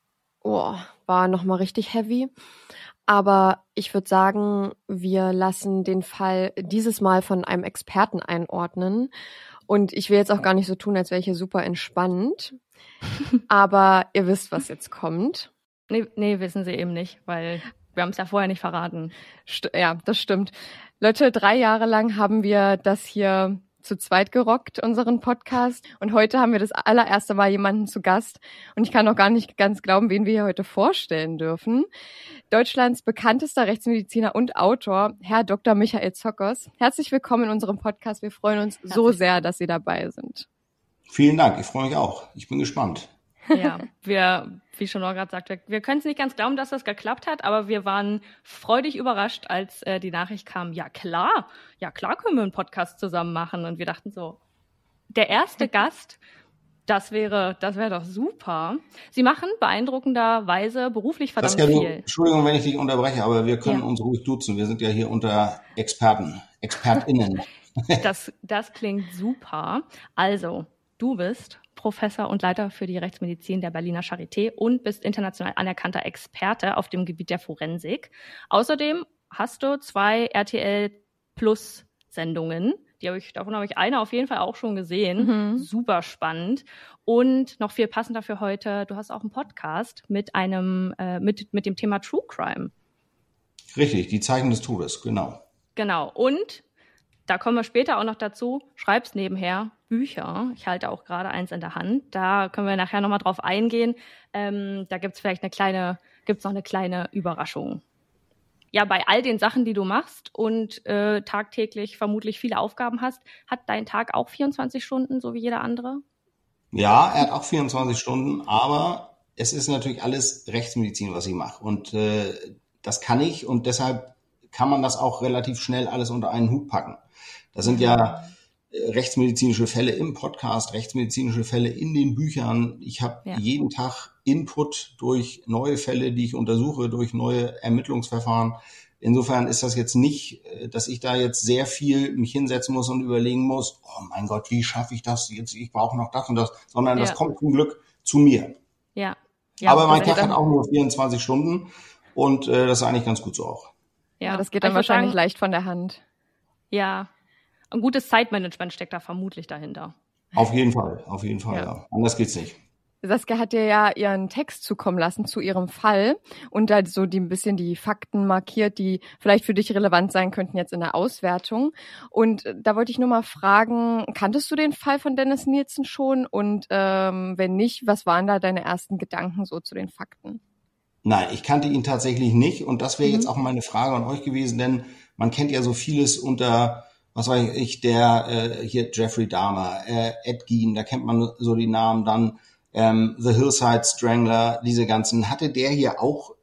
nochmal richtig heavy. Aber ich würde sagen, wir lassen den Fall dieses Mal von einem Experten einordnen. Und ich will jetzt auch gar nicht so tun, als wäre ich hier super entspannt. Aber ihr wisst, was jetzt kommt. Nee, wissen sie eben nicht, weil wir haben es ja vorher nicht verraten. Ja, das stimmt. Leute, 3 Jahre lang haben wir das hier zu zweit gerockt, unseren Podcast. Und heute haben wir das allererste Mal jemanden zu Gast. Und ich kann noch gar nicht ganz glauben, wen wir hier heute vorstellen dürfen. Deutschlands bekanntester Rechtsmediziner und Autor, Herr Dr. Michael Zockers. Herzlich willkommen in unserem Podcast. Wir freuen uns so sehr, dass Sie dabei sind. Vielen Dank, ich freue mich auch. Ich bin gespannt. Ja, wie schon gerade sagte, wir können es nicht ganz glauben, dass das geklappt hat, aber wir waren freudig überrascht, als die Nachricht kam, ja klar können wir einen Podcast zusammen machen. Und wir dachten so, der erste Gast, das wäre doch super. Sie machen beeindruckenderweise beruflich verdammt viel. Entschuldigung, wenn ich dich unterbreche, aber wir können uns ruhig duzen. Wir sind ja hier unter ExpertInnen. Das klingt super. Also, du bist Professor und Leiter für die Rechtsmedizin der Berliner Charité und bist international anerkannter Experte auf dem Gebiet der Forensik. Außerdem hast du 2 RTL Plus Sendungen. Davon habe ich eine auf jeden Fall auch schon gesehen. Super spannend. Und noch viel passender für heute, du hast auch einen Podcast mit mit dem Thema True Crime. Richtig, die Zeichen des Todes, genau. Genau. Und da kommen wir später auch noch dazu, schreibst nebenher Bücher. Ich halte auch gerade eins in der Hand. Da können wir nachher nochmal drauf eingehen. Da gibt's vielleicht noch eine kleine Überraschung. Ja, bei all den Sachen, die du machst und tagtäglich vermutlich viele Aufgaben hast, hat dein Tag auch 24 Stunden, so wie jeder andere? Ja, er hat auch 24 Stunden, aber es ist natürlich alles Rechtsmedizin, was ich mache. Und das kann ich und deshalb kann man das auch relativ schnell alles unter einen Hut packen. Das sind ja rechtsmedizinische Fälle im Podcast, rechtsmedizinische Fälle in den Büchern. Ich habe jeden Tag Input durch neue Fälle, die ich untersuche, durch neue Ermittlungsverfahren. Insofern ist das jetzt nicht, dass ich da jetzt sehr viel mich hinsetzen muss und überlegen muss, oh mein Gott, wie schaffe ich das jetzt? Ich brauche noch das und das, sondern das kommt zum Glück zu mir. Ja. Aber mein Tag hat auch nur 24 Stunden und das ist eigentlich ganz gut so auch. Ja, das geht dann wahrscheinlich leicht von der Hand. Ja, ein gutes Zeitmanagement steckt da vermutlich dahinter. Auf jeden Fall, ja. Anders geht's nicht. Saskia hat dir ja ihren Text zukommen lassen zu ihrem Fall und da so ein bisschen die Fakten markiert, die vielleicht für dich relevant sein könnten jetzt in der Auswertung. Und da wollte ich nur mal fragen, kanntest du den Fall von Dennis Nielsen schon? Und wenn nicht, was waren da deine ersten Gedanken so zu den Fakten? Nein, ich kannte ihn tatsächlich nicht und das wäre jetzt auch meine Frage an euch gewesen, denn man kennt ja so vieles unter, was weiß ich, hier Jeffrey Dahmer, Ed Gein, da kennt man so die Namen, dann The Hillside Strangler, diese ganzen. Hatte der hier auch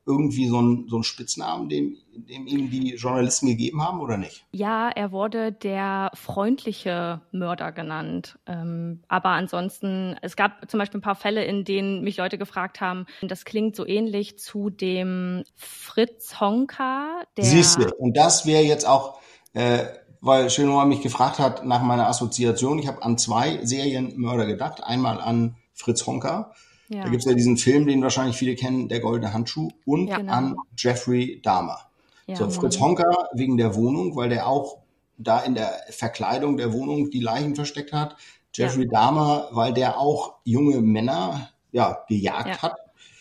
irgendwie so einen Spitznamen, dem ihm die Journalisten gegeben haben, oder nicht? Ja, er wurde der freundliche Mörder genannt. Aber ansonsten, es gab zum Beispiel ein paar Fälle, in denen mich Leute gefragt haben, das klingt so ähnlich zu dem Fritz Honka. Siehst du, und das wäre jetzt auch, weil Chinoa mich gefragt hat nach meiner Assoziation. Ich habe an 2 Serienmörder gedacht. Einmal an Fritz Honka. Ja. Da gibt's ja diesen Film, den wahrscheinlich viele kennen, Der goldene Handschuh. Und an Jeffrey Dahmer. Ja. So, Fritz Honka wegen der Wohnung, weil der auch da in der Verkleidung der Wohnung die Leichen versteckt hat. Jeffrey Dahmer, weil der auch junge Männer gejagt hat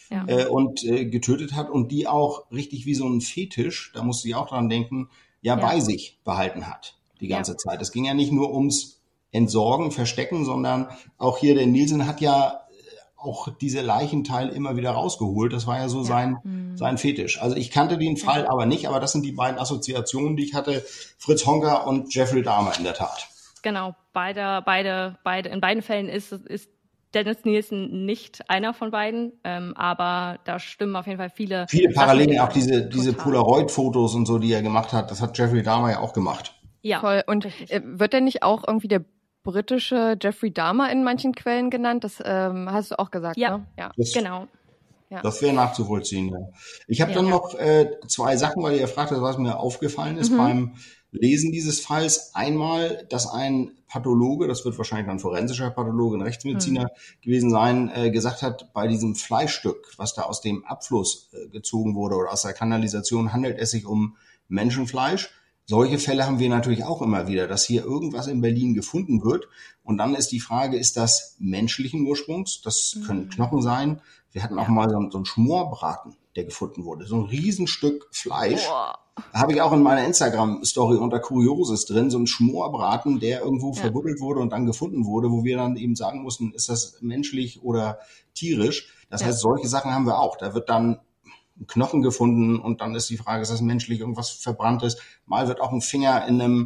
und getötet hat und die auch richtig wie so ein Fetisch, da musste ich auch dran denken, bei sich behalten hat die ganze Zeit. Es ging ja nicht nur ums Entsorgen, Verstecken, sondern auch hier der Nielsen hat ja auch diese Leichenteile immer wieder rausgeholt. Das war ja so sein Fetisch. Also ich kannte den Fall aber nicht, aber das sind die beiden Assoziationen, die ich hatte. Fritz Honka und Jeffrey Dahmer in der Tat. Genau, beide, in beiden Fällen ist Dennis Nielsen nicht einer von beiden, aber da stimmen auf jeden Fall viele Parallelen, auch diese Polaroid-Fotos und so, die er gemacht hat, das hat Jeffrey Dahmer ja auch gemacht. Ja, voll. Und wird denn nicht auch irgendwie der britische Jeffrey Dahmer in manchen Quellen genannt? Das hast du auch gesagt, ne? Ja, genau. Ja. Das wäre nachzuvollziehen, ja. Ich habe dann noch 2 Sachen, weil ihr fragt, was mir aufgefallen ist beim Lesen dieses Falls. Einmal, dass ein Pathologe, das wird wahrscheinlich ein forensischer Pathologe, ein Rechtsmediziner gewesen sein, gesagt hat, bei diesem Fleischstück, was da aus dem Abfluss gezogen wurde oder aus der Kanalisation, handelt es sich um Menschenfleisch. Solche Fälle haben wir natürlich auch immer wieder, dass hier irgendwas in Berlin gefunden wird. Und dann ist die Frage, ist das menschlichen Ursprungs? Das können Knochen sein. Wir hatten auch mal so einen Schmorbraten, der gefunden wurde. So ein Riesenstück Fleisch. Da habe ich auch in meiner Instagram-Story unter Kurioses drin, so ein Schmorbraten, der irgendwo verbuddelt wurde und dann gefunden wurde, wo wir dann eben sagen mussten, ist das menschlich oder tierisch? Das heißt, solche Sachen haben wir auch. Da wird dann ein Knochen gefunden und dann ist die Frage, ist das menschlich, irgendwas Verbranntes? Mal wird auch ein Finger in einem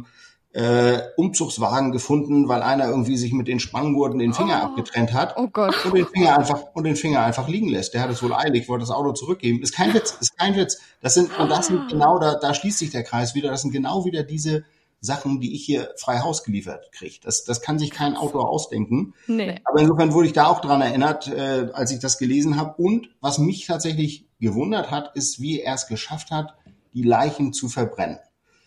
Umzugswagen gefunden, weil einer irgendwie sich mit den Spanngurten den Finger abgetrennt hat und den Finger einfach liegen lässt. Der hat es wohl eilig, wollte das Auto zurückgeben. Ist kein Witz. Das sind genau, da schließt sich der Kreis wieder. Das sind genau wieder diese Sachen, die ich hier frei Haus geliefert kriege. Das kann sich kein Autor ausdenken. Nee. Aber insofern wurde ich da auch dran erinnert, als ich das gelesen habe. Und was mich tatsächlich gewundert hat, ist, wie er es geschafft hat, die Leichen zu verbrennen.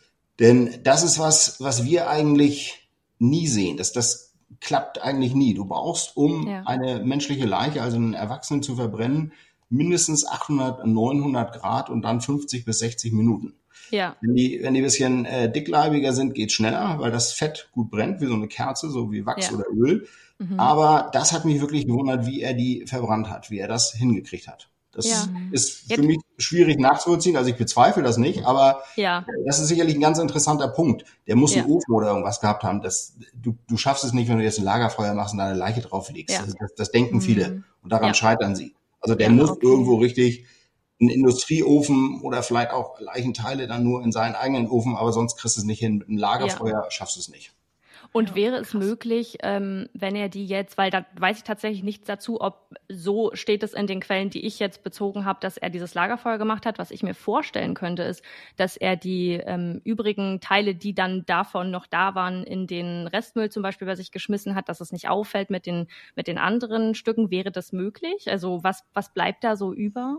Denn das ist was wir eigentlich nie sehen. Das klappt eigentlich nie. Du brauchst, um eine menschliche Leiche, also einen Erwachsenen zu verbrennen, mindestens 800, 900 Grad und dann 50 bis 60 Minuten. Ja. Wenn die ein bisschen dickleibiger sind, geht's schneller, weil das Fett gut brennt, wie so eine Kerze, so wie Wachs oder Öl. Aber das hat mich wirklich gewundert, wie er die verbrannt hat, wie er das hingekriegt hat. Das ist für mich schwierig nachzuvollziehen. Also ich bezweifle das nicht, aber das ist sicherlich ein ganz interessanter Punkt. Der muss einen Ofen oder irgendwas gehabt haben. Du schaffst es nicht, wenn du jetzt ein Lagerfeuer machst und da eine Leiche drauflegst. Ja. Das denken viele und daran scheitern sie. Also der muss irgendwo richtig einen Industrieofen oder vielleicht auch Leichenteile dann nur in seinen eigenen Ofen, aber sonst kriegst du es nicht hin. Mit einem Lagerfeuer schaffst du es nicht. Und wäre es möglich, wenn er die jetzt, weil da weiß ich tatsächlich nichts dazu, ob so steht es in den Quellen, die ich jetzt bezogen habe, dass er dieses Lagerfeuer gemacht hat. Was ich mir vorstellen könnte, ist, dass er die übrigen Teile, die dann davon noch da waren, in den Restmüll zum Beispiel bei sich geschmissen hat, dass es nicht auffällt mit den anderen Stücken. Wäre das möglich? Also was bleibt da so über?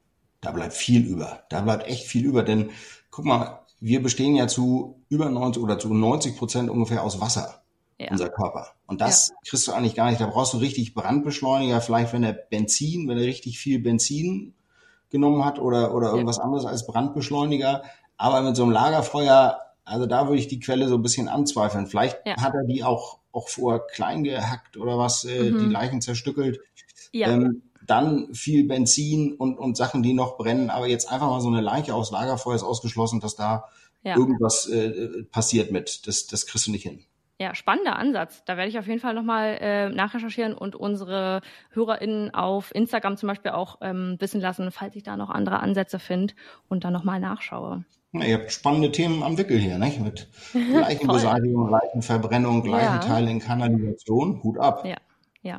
Da bleibt viel über. Da bleibt echt viel über, denn guck mal, wir bestehen ja zu über 90 oder zu 90% ungefähr aus Wasser, unser Körper. Und das kriegst du eigentlich gar nicht. Da brauchst du richtig Brandbeschleuniger, vielleicht wenn er richtig viel Benzin genommen hat oder irgendwas anderes als Brandbeschleuniger. Aber mit so einem Lagerfeuer, also da würde ich die Quelle so ein bisschen anzweifeln. Vielleicht hat er die auch vorher klein gehackt oder was, die Leichen zerstückelt. Ja. Dann viel Benzin und Sachen, die noch brennen. Aber jetzt einfach mal so eine Leiche aus Lagerfeuer ist ausgeschlossen, dass da irgendwas passiert mit. Das kriegst du nicht hin. Ja, spannender Ansatz. Da werde ich auf jeden Fall nochmal nachrecherchieren und unsere HörerInnen auf Instagram zum Beispiel auch wissen lassen, falls ich da noch andere Ansätze finde und dann nochmal nachschaue. Ja, ihr habt spannende Themen am Wickel hier, nicht? Mit Leichenbeseitigung, Leichenverbrennung, Leichenteile in Kanalisation. Hut ab. Ja.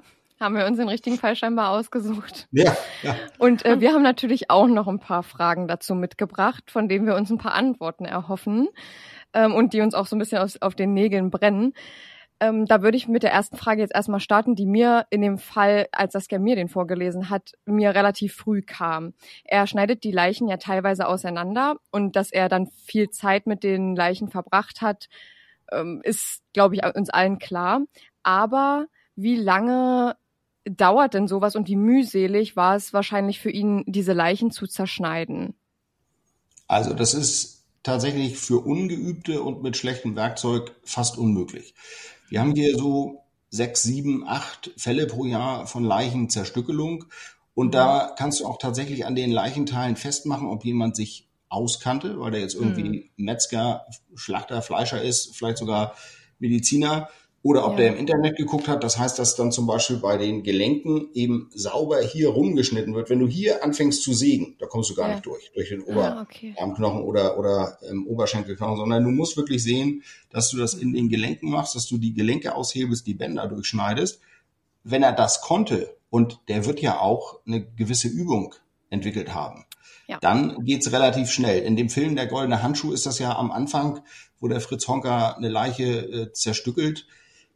Haben wir uns den richtigen Fall scheinbar ausgesucht. Ja. Und wir haben natürlich auch noch ein paar Fragen dazu mitgebracht, von denen wir uns ein paar Antworten erhoffen und die uns auch so ein bisschen auf den Nägeln brennen. Da würde ich mit der ersten Frage jetzt erstmal starten, die mir in dem Fall, als Saskia mir den vorgelesen hat, mir relativ früh kam. Er schneidet die Leichen ja teilweise auseinander und dass er dann viel Zeit mit den Leichen verbracht hat, ist, glaube ich, uns allen klar. Aber wie lange dauert denn sowas und wie mühselig war es wahrscheinlich für ihn, diese Leichen zu zerschneiden? Also das ist tatsächlich für Ungeübte und mit schlechtem Werkzeug fast unmöglich. Wir haben hier so 6, 7, 8 Fälle pro Jahr von Leichenzerstückelung. Und da kannst du auch tatsächlich an den Leichenteilen festmachen, ob jemand sich auskannte, weil der jetzt irgendwie Metzger, Schlachter, Fleischer ist, vielleicht sogar Mediziner, oder ob der im Internet geguckt hat. Das heißt, dass dann zum Beispiel bei den Gelenken eben sauber hier rumgeschnitten wird. Wenn du hier anfängst zu sägen, da kommst du gar nicht durch den Oberarmknochen oder Oberschenkelknochen, sondern du musst wirklich sehen, dass du das in den Gelenken machst, dass du die Gelenke aushebelst, die Bänder durchschneidest. Wenn er das konnte, und der wird ja auch eine gewisse Übung entwickelt haben, dann geht's relativ schnell. In dem Film Der goldene Handschuh ist das ja am Anfang, wo der Fritz Honka eine Leiche zergliedert,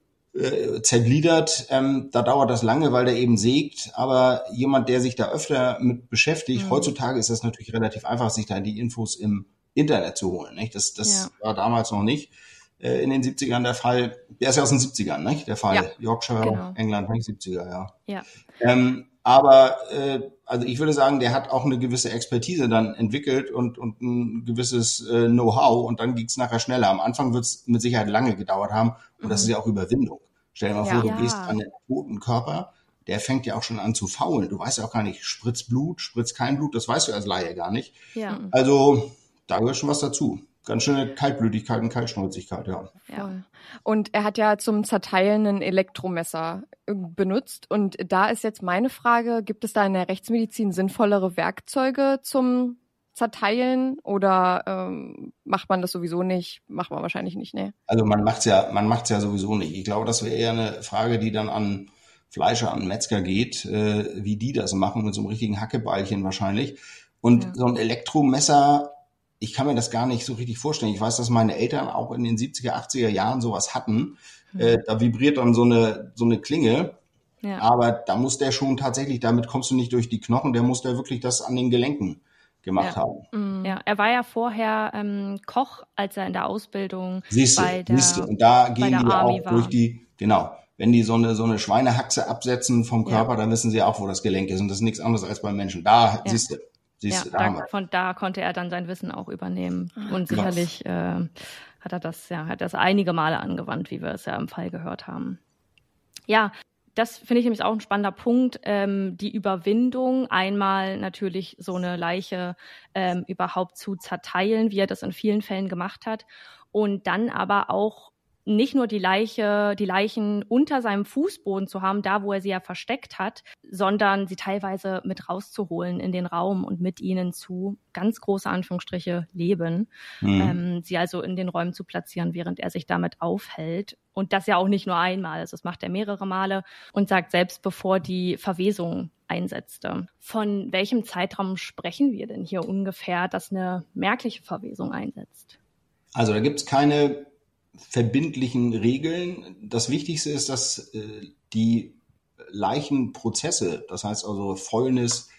da dauert das lange, weil der eben sägt, aber jemand, der sich da öfter mit beschäftigt, heutzutage ist das natürlich relativ einfach, sich da die Infos im Internet zu holen, nicht? Das war damals noch nicht in den 70ern der Fall, der ist ja aus den 70ern, nicht? Der Fall, Yorkshire, England, 70er, also ich würde sagen, der hat auch eine gewisse Expertise dann entwickelt und ein gewisses Know-how und dann ging's nachher schneller. Am Anfang wird's mit Sicherheit lange gedauert haben und das ist ja auch Überwindung. Stell dir mal vor, du gehst an den toten Körper, der fängt ja auch schon an zu faulen. Du weißt ja auch gar nicht, spritzt Blut, spritzt kein Blut, das weißt du als Laie gar nicht. Ja. Also da gehört schon was dazu. Ganz schöne Kaltblütigkeit und Kaltschnäuzigkeit, ja. Und er hat ja zum Zerteilen ein Elektromesser benutzt. Und da ist jetzt meine Frage, gibt es da in der Rechtsmedizin sinnvollere Werkzeuge zum Zerteilen oder macht man das sowieso nicht? Macht man wahrscheinlich nicht, ne? Also man macht's ja sowieso nicht. Ich glaube, das wäre eher eine Frage, die dann an Fleischer, an Metzger geht, wie die das machen, mit so einem richtigen Hackebeilchen wahrscheinlich. Und so ein Elektromesser, ich kann mir das gar nicht so richtig vorstellen. Ich weiß, dass meine Eltern auch in den 70er, 80er Jahren sowas hatten. Da vibriert dann so eine Klinge. Ja. Aber da muss der schon tatsächlich, damit kommst du nicht durch die Knochen, der muss da wirklich das an den Gelenken gemacht haben. Ja, er war ja vorher Koch, als er in der Ausbildung bei der und da gehen die auch durch die, wenn die so eine Schweinehaxe absetzen vom Körper, dann wissen sie auch, wo das Gelenk ist und das ist nichts anderes als beim Menschen. Da siehst du. Von da konnte er dann sein Wissen auch übernehmen und sicherlich hat er das einige Male angewandt, wie wir es ja im Fall gehört haben. Ja, das finde ich nämlich auch ein spannender Punkt, die Überwindung, einmal natürlich so eine Leiche überhaupt zu zerteilen, wie er das in vielen Fällen gemacht hat, und dann aber auch nicht nur die Leichen unter seinem Fußboden zu haben, da wo er sie ja versteckt hat, sondern sie teilweise mit rauszuholen in den Raum und mit ihnen zu, ganz große Anführungsstriche, leben. Sie also in den Räumen zu platzieren, während er sich damit aufhält. Und das ja auch nicht nur einmal, also das macht er mehrere Male und sagt selbst, bevor die Verwesung einsetzte. Von welchem Zeitraum sprechen wir denn hier ungefähr, dass eine merkliche Verwesung einsetzt? Also da gibt's keine verbindlichen Regeln. Das Wichtigste ist, dass die Leichenprozesse, das heißt also Fäulnis,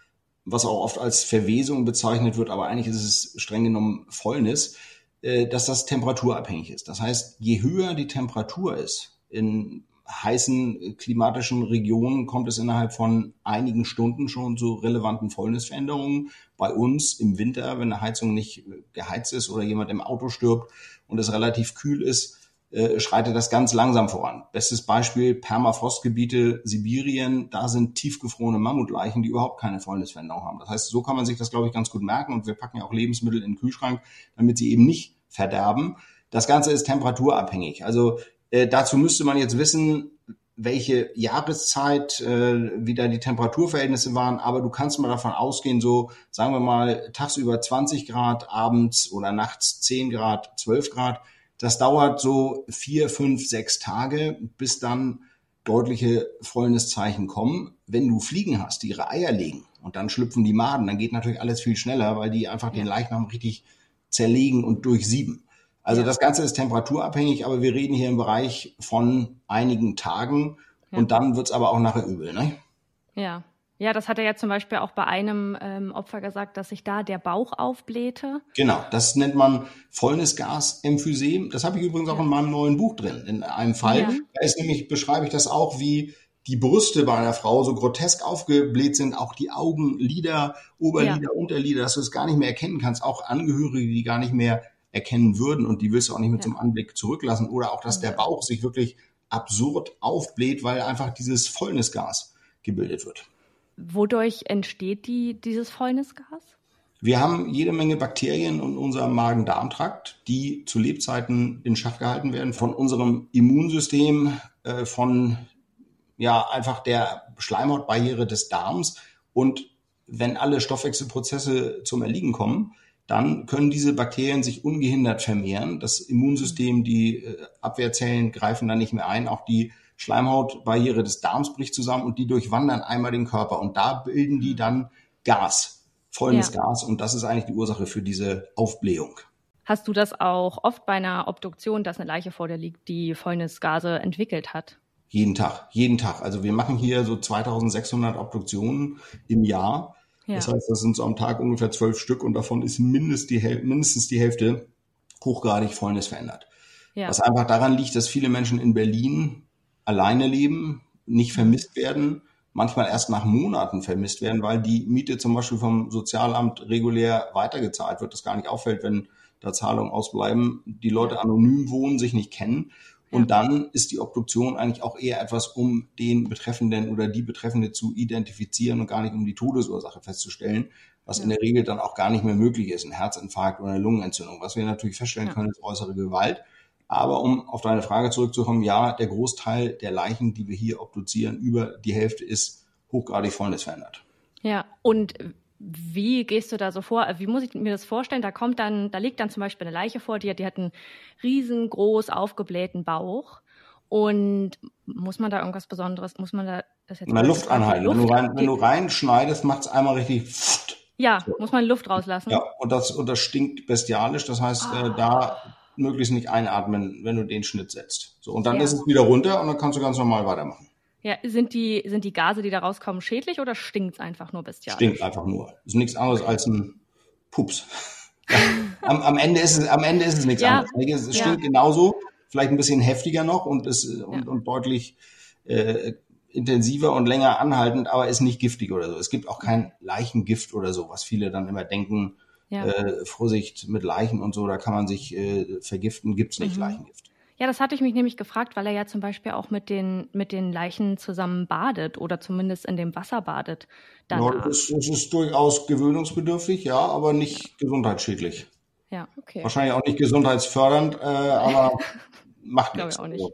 was auch oft als Verwesung bezeichnet wird, aber eigentlich ist es streng genommen Fäulnis, dass das temperaturabhängig ist. Das heißt, je höher die Temperatur ist, in heißen klimatischen Regionen kommt es innerhalb von einigen Stunden schon zu relevanten Fäulnisveränderungen. Bei uns im Winter, wenn eine Heizung nicht geheizt ist oder jemand im Auto stirbt und es relativ kühl ist, schreitet das ganz langsam voran. Bestes Beispiel, Permafrostgebiete, Sibirien, da sind tiefgefrorene Mammutleichen, die überhaupt keine Fäulnisveränderung haben. Das heißt, so kann man sich das, glaube ich, ganz gut merken und wir packen ja auch Lebensmittel in den Kühlschrank, damit sie eben nicht verderben. Das Ganze ist temperaturabhängig. Also dazu müsste man jetzt wissen, welche Jahreszeit, wie da die Temperaturverhältnisse waren, aber du kannst mal davon ausgehen, so sagen wir mal tagsüber 20 Grad, abends oder nachts 10 Grad, 12 Grad. Das dauert so 4, 5, 6 Tage, bis dann deutliche Fäulniszeichen kommen. Wenn du Fliegen hast, die ihre Eier legen und dann schlüpfen die Maden, dann geht natürlich alles viel schneller, weil die einfach den Leichnam richtig zerlegen und durchsieben. Also das Ganze ist temperaturabhängig, aber wir reden hier im Bereich von einigen Tagen und dann wird's aber auch nachher übel, ne? Ja. Ja, das hat er ja zum Beispiel auch bei einem Opfer gesagt, dass sich da der Bauch aufblähte. Genau, das nennt man Fäulnisgasemphysem. Das habe ich übrigens auch in meinem neuen Buch drin, in einem Fall. Ja. Da ist nämlich, beschreibe ich das auch, wie die Brüste bei einer Frau so grotesk aufgebläht sind, auch die Augenlider, Oberlider, Unterlider, dass du es gar nicht mehr erkennen kannst, auch Angehörige, die gar nicht mehr erkennen würden und die willst du auch nicht mit zum Anblick zurücklassen. Oder auch, dass der Bauch sich wirklich absurd aufbläht, weil einfach dieses Fäulnisgas gebildet wird. Wodurch entsteht dieses Fäulnisgas? Wir haben jede Menge Bakterien in unserem Magen-Darm-Trakt, die zu Lebzeiten in Schach gehalten werden von unserem Immunsystem, von einfach der Schleimhautbarriere des Darms. Und wenn alle Stoffwechselprozesse zum Erliegen kommen, dann können diese Bakterien sich ungehindert vermehren. Das Immunsystem, die Abwehrzellen greifen da nicht mehr ein. Auch die Schleimhautbarriere des Darms bricht zusammen und die durchwandern einmal den Körper. Und da bilden die dann Gas, Fäulnisgas. Und das ist eigentlich die Ursache für diese Aufblähung. Hast du das auch oft bei einer Obduktion, dass eine Leiche vor dir liegt, die Fäulnisgase entwickelt hat? Jeden Tag. Also wir machen hier so 2600 Obduktionen im Jahr. Ja. Das heißt, das sind so am Tag ungefähr 12 Stück und davon ist mindestens die Hälfte hochgradig fäulnisverändert. Ja. Was einfach daran liegt, dass viele Menschen in Berlin alleine leben, nicht vermisst werden, manchmal erst nach Monaten vermisst werden, weil die Miete zum Beispiel vom Sozialamt regulär weitergezahlt wird, das gar nicht auffällt, wenn da Zahlungen ausbleiben, die Leute anonym wohnen, sich nicht kennen. Und dann ist die Obduktion eigentlich auch eher etwas, um den Betreffenden oder die Betreffende zu identifizieren und gar nicht um die Todesursache festzustellen, was in der Regel dann auch gar nicht mehr möglich ist, ein Herzinfarkt oder eine Lungenentzündung. Was wir natürlich feststellen können, ist äußere Gewalt. Aber um auf deine Frage zurückzukommen, ja, der Großteil der Leichen, die wir hier obduzieren, über die Hälfte ist hochgradig fäulnisverändert. Ja, und wie gehst du da so vor? Wie muss ich mir das vorstellen? Da liegt dann zum Beispiel eine Leiche vor dir, die hat einen riesengroß aufgeblähten Bauch. Und muss man da irgendwas Besonderes, muss man da das jetzt... Luft anhalten. Wenn du reinschneidest, macht es einmal richtig... Ja, so. Muss man Luft rauslassen. Ja, und das stinkt bestialisch. Das heißt, da möglichst nicht einatmen, wenn du den Schnitt setzt. So, und dann ist es wieder runter und dann kannst du ganz normal weitermachen. Ja, sind die Gase, die da rauskommen, schädlich oder stinkt es einfach nur bestialisch? Stinkt einfach nur. Ist nichts anderes als ein Pups. Ja, am Ende ist es nichts anderes. Es stinkt genauso, vielleicht ein bisschen heftiger noch und deutlich intensiver und länger anhaltend, aber ist nicht giftig oder so. Es gibt auch kein Leichengift oder so, was viele dann immer denken, Vorsicht mit Leichen und so, da kann man sich vergiften, gibt's nicht Leichengift. Ja, das hatte ich mich nämlich gefragt, weil er ja zum Beispiel auch mit den Leichen zusammen badet oder zumindest in dem Wasser badet. Ja, das ist durchaus gewöhnungsbedürftig, ja, aber nicht gesundheitsschädlich. Ja, okay. Wahrscheinlich auch nicht gesundheitsfördernd, aber macht nichts. Glaube ich auch nicht.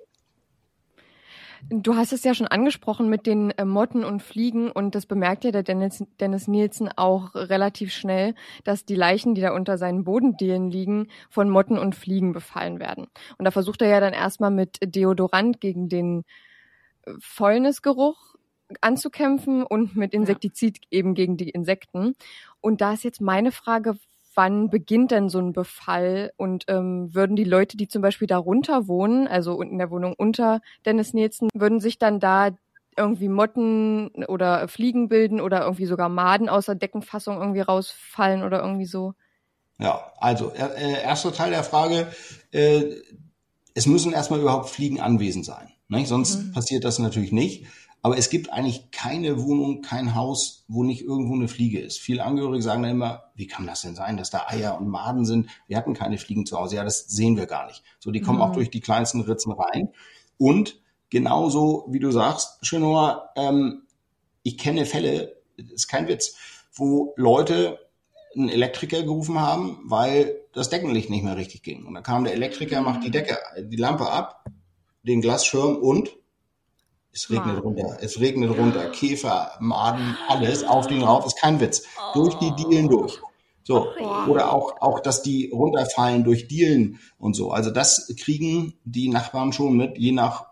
Du hast es ja schon angesprochen mit den Motten und Fliegen und das bemerkt ja der Dennis Nilsen auch relativ schnell, dass die Leichen, die da unter seinen Bodendielen liegen, von Motten und Fliegen befallen werden. Und da versucht er ja dann erstmal mit Deodorant gegen den Fäulnisgeruch anzukämpfen und mit Insektizid eben gegen die Insekten. Und da ist jetzt meine Frage, wann beginnt denn so ein Befall und würden die Leute, die zum Beispiel darunter wohnen, also in der Wohnung unter Dennis Nilsen, würden sich dann da irgendwie Motten oder Fliegen bilden oder irgendwie sogar Maden aus der Deckenfassung irgendwie rausfallen oder irgendwie so? Ja, also erster Teil der Frage, es müssen erstmal überhaupt Fliegen anwesend sein, nicht? Sonst passiert das natürlich nicht. Aber es gibt eigentlich keine Wohnung, kein Haus, wo nicht irgendwo eine Fliege ist. Viele Angehörige sagen dann immer, wie kann das denn sein, dass da Eier und Maden sind? Wir hatten keine Fliegen zu Hause. Ja, das sehen wir gar nicht. So, die kommen auch durch die kleinsten Ritzen rein. Und genauso, wie du sagst, Chinua, ich kenne Fälle, das ist kein Witz, wo Leute einen Elektriker gerufen haben, weil das Deckenlicht nicht mehr richtig ging. Und dann kam der Elektriker, macht die Lampe ab, den Glasschirm und es regnet runter, Käfer, Maden, alles auf den rauf, ist kein Witz. Durch die Dielen durch. So. Oder auch, dass die runterfallen durch Dielen und so. Also das kriegen die Nachbarn schon mit, je nach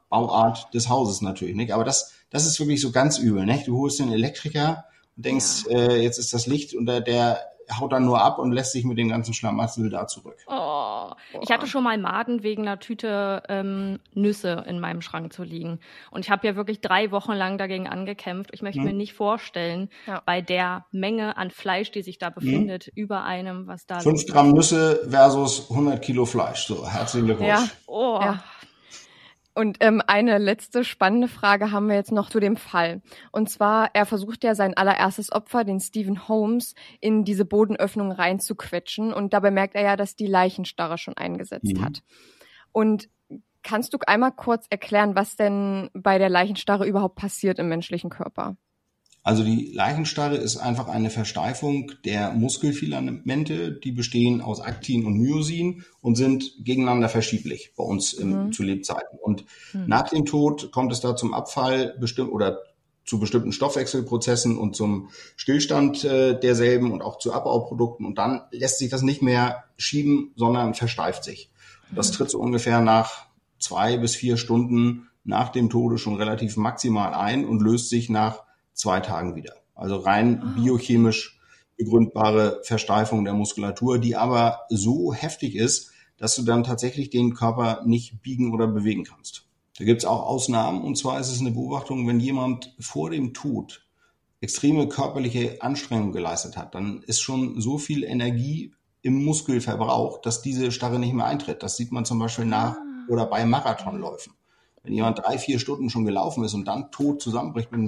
Bauart des Hauses natürlich, nicht? Aber das ist wirklich so ganz übel, nicht? Du holst den Elektriker und denkst, jetzt ist das Licht und der haut dann nur ab und lässt sich mit dem ganzen Schlamassel da zurück. Oh, ich hatte schon mal Maden wegen einer Tüte Nüsse in meinem Schrank zu liegen. Und ich habe ja wirklich 3 Wochen lang dagegen angekämpft. Ich möchte mir nicht vorstellen, bei der Menge an Fleisch, die sich da befindet, über einem, was da 5 Gramm Nüsse versus 100 Kilo Fleisch. So, herzlichen Glückwunsch. Ja. Oh. Ja. Und eine letzte spannende Frage haben wir jetzt noch zu dem Fall. Und zwar, er versucht ja sein allererstes Opfer, den Stephen Holmes, in diese Bodenöffnung reinzuquetschen. Und dabei merkt er ja, dass die Leichenstarre schon eingesetzt hat. Und kannst du einmal kurz erklären, was denn bei der Leichenstarre überhaupt passiert im menschlichen Körper? Also die Leichenstarre ist einfach eine Versteifung der Muskelfilamente, die bestehen aus Aktin und Myosin und sind gegeneinander verschieblich bei uns zu Lebzeiten. Und nach dem Tod kommt es da zum Abfall oder zu bestimmten Stoffwechselprozessen und zum Stillstand derselben und auch zu Abbauprodukten. Und dann lässt sich das nicht mehr schieben, sondern versteift sich. Und das tritt so ungefähr nach 2 bis 4 Stunden nach dem Tode schon relativ maximal ein und löst sich nach 2 Tagen wieder. Also rein biochemisch begründbare Versteifung der Muskulatur, die aber so heftig ist, dass du dann tatsächlich den Körper nicht biegen oder bewegen kannst. Da gibt's auch Ausnahmen, und zwar ist es eine Beobachtung, wenn jemand vor dem Tod extreme körperliche Anstrengung geleistet hat, dann ist schon so viel Energie im Muskel verbraucht, dass diese Starre nicht mehr eintritt. Das sieht man zum Beispiel nach oder bei Marathonläufen. Wenn jemand 3-4 Stunden schon gelaufen ist und dann tot zusammenbricht mit dem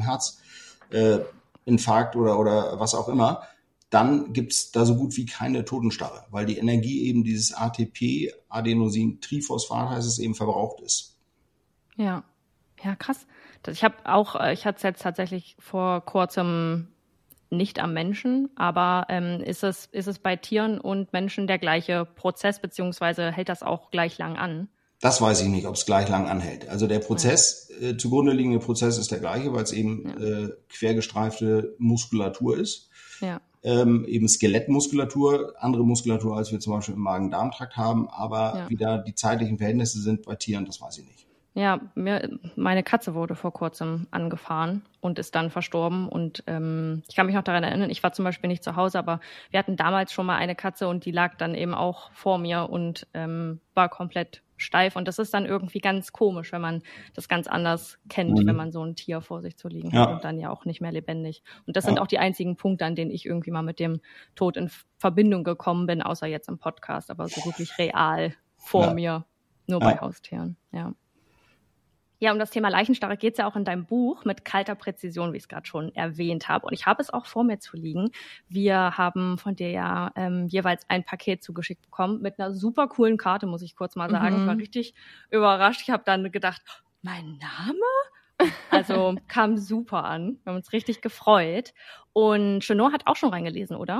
Herzinfarkt oder was auch immer, dann gibt's da so gut wie keine Totensstarre, weil die Energie eben dieses ATP, Adenosintriphosphat heißt es, eben verbraucht ist. Ja, krass. Ich hatte es jetzt tatsächlich vor kurzem nicht am Menschen, aber ist es bei Tieren und Menschen der gleiche Prozess, beziehungsweise hält das auch gleich lang an? Das weiß ich nicht, ob es gleich lang anhält. Also der Prozess, zugrunde liegende Prozess ist der gleiche, weil es eben quergestreifte Muskulatur ist. Ja. Eben Skelettmuskulatur, andere Muskulatur, als wir zum Beispiel im Magen-Darm-Trakt haben, aber wie da die zeitlichen Verhältnisse sind bei Tieren, das weiß ich nicht. Ja, meine Katze wurde vor kurzem angefahren und ist dann verstorben. Und ich kann mich noch daran erinnern, ich war zum Beispiel nicht zu Hause, aber wir hatten damals schon mal eine Katze und die lag dann eben auch vor mir und war komplett steif. Und das ist dann irgendwie ganz komisch, wenn man das ganz anders kennt, wenn man so ein Tier vor sich zu liegen hat und dann ja auch nicht mehr lebendig. Und das sind auch die einzigen Punkte, an denen ich irgendwie mal mit dem Tod in Verbindung gekommen bin, außer jetzt im Podcast, aber so wirklich real vor mir, nur bei Haustieren, Ja, um das Thema Leichenstarre geht's ja auch in deinem Buch mit kalter Präzision, wie ich es gerade schon erwähnt habe. Und ich habe es auch vor mir zu liegen. Wir haben von dir ja jeweils ein Paket zugeschickt bekommen mit einer super coolen Karte, muss ich kurz mal sagen. Ich war richtig überrascht. Ich habe dann gedacht, mein Name? Also kam super an. Wir haben uns richtig gefreut. Und Chenor hat auch schon reingelesen, oder?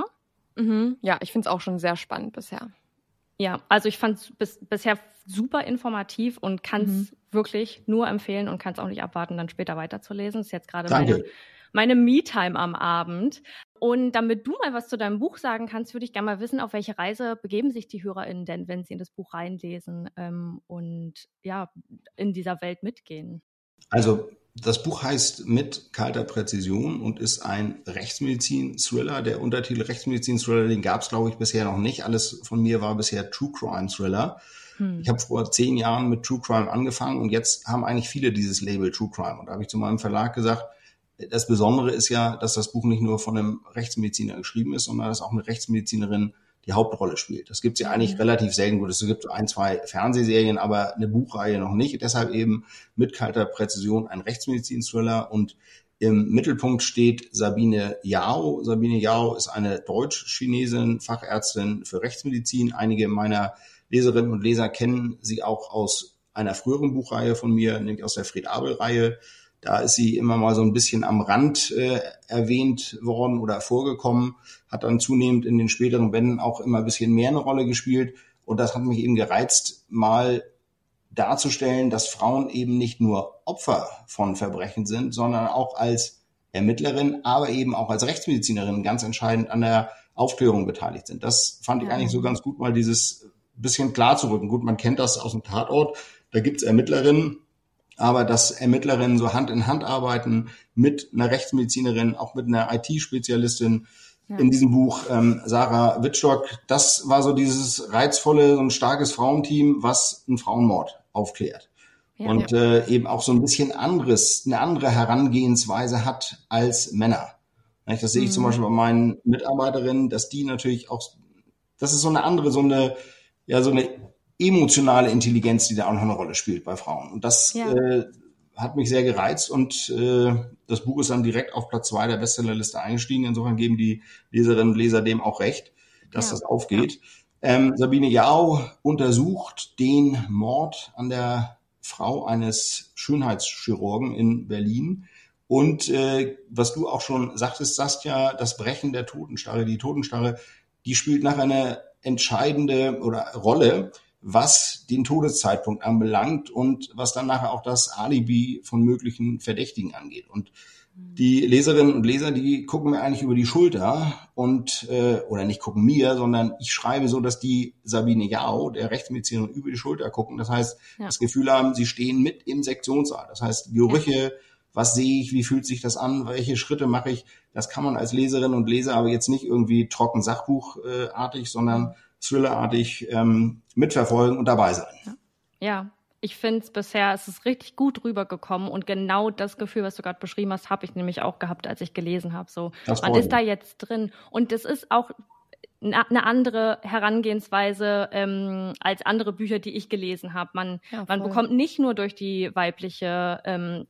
Ja, ich finde es auch schon sehr spannend bisher. Ja, also ich fand es bisher super informativ und kann es wirklich nur empfehlen und kann es auch nicht abwarten, dann später weiterzulesen. Das ist jetzt gerade meine Me-Time am Abend. Und damit du mal was zu deinem Buch sagen kannst, würde ich gerne mal wissen, auf welche Reise begeben sich die HörerInnen denn, wenn sie in das Buch reinlesen und ja, in dieser Welt mitgehen? Also das Buch heißt Mit kalter Präzision und ist ein Rechtsmedizin-Thriller. Der Untertitel Rechtsmedizin-Thriller, den gab es, glaube ich, bisher noch nicht. Alles von mir war bisher True Crime-Thriller. Ich habe vor 10 Jahren mit True Crime angefangen und jetzt haben eigentlich viele dieses Label True Crime. Und da habe ich zu meinem Verlag gesagt, das Besondere ist ja, dass das Buch nicht nur von einem Rechtsmediziner geschrieben ist, sondern dass auch eine Rechtsmedizinerin die Hauptrolle spielt. Das gibt es ja eigentlich relativ selten. Gut, es gibt so 1, 2 Fernsehserien, aber eine Buchreihe noch nicht. Deshalb eben mit kalter Präzision ein Rechtsmedizin-Thriller. Und im Mittelpunkt steht Sabine Yao. Sabine Yao ist eine Deutsch-Chinesin, Fachärztin für Rechtsmedizin. Einige meiner Leserinnen und Leser kennen sie auch aus einer früheren Buchreihe von mir, nämlich aus der Fred-Abel-Reihe. Da ist sie immer mal so ein bisschen am Rand erwähnt worden oder vorgekommen, hat dann zunehmend in den späteren Bänden auch immer ein bisschen mehr eine Rolle gespielt. Und das hat mich eben gereizt, mal darzustellen, dass Frauen eben nicht nur Opfer von Verbrechen sind, sondern auch als Ermittlerin, aber eben auch als Rechtsmedizinerin ganz entscheidend an der Aufklärung beteiligt sind. Das fand ich eigentlich so ganz gut, mal dieses bisschen klar zu rücken. Gut, man kennt das aus dem Tatort, da gibt's Ermittlerinnen, aber dass Ermittlerinnen so Hand in Hand arbeiten mit einer Rechtsmedizinerin, auch mit einer IT-Spezialistin. In diesem Buch Sarah Wittstock, das war so dieses reizvolle, so ein starkes Frauenteam, was einen Frauenmord aufklärt. Und eben auch so ein bisschen eine andere Herangehensweise hat als Männer. Das sehe ich zum Beispiel bei meinen Mitarbeiterinnen, dass die natürlich auch, das ist so eine andere, so eine emotionale Intelligenz, die da auch noch eine Rolle spielt bei Frauen. Und das hat mich sehr gereizt und das Buch ist dann direkt auf Platz 2 der Bestsellerliste eingestiegen. Insofern geben die Leserinnen und Leser dem auch recht, dass das aufgeht. Sabine Jauch untersucht den Mord an der Frau eines Schönheitschirurgen in Berlin. Und was du auch schon sagtest, Saskia, das Brechen der Totenstarre, die Totenstarre, die spielt nachher eine entscheidende Rolle, was den Todeszeitpunkt anbelangt und was dann nachher auch das Alibi von möglichen Verdächtigen angeht. Und die Leserinnen und Leser, die gucken mir eigentlich über die Schulter und oder nicht gucken mir, sondern ich schreibe so, dass die Sabine Jauch, der Rechtsmedizinerin, über die Schulter gucken. Das heißt, das Gefühl haben, sie stehen mit im Sektionssaal. Das heißt, Gerüche, was sehe ich, wie fühlt sich das an, welche Schritte mache ich, das kann man als Leserin und Leser aber jetzt nicht irgendwie trocken sachbuchartig, sondern thrillerartig mitverfolgen und dabei sein. Ja, ich finde es ist richtig gut rübergekommen und genau das Gefühl, was du gerade beschrieben hast, habe ich nämlich auch gehabt, als ich gelesen habe. So, man ist da jetzt drin und es ist auch eine andere Herangehensweise als andere Bücher, die ich gelesen habe. Man bekommt nicht nur durch die weibliche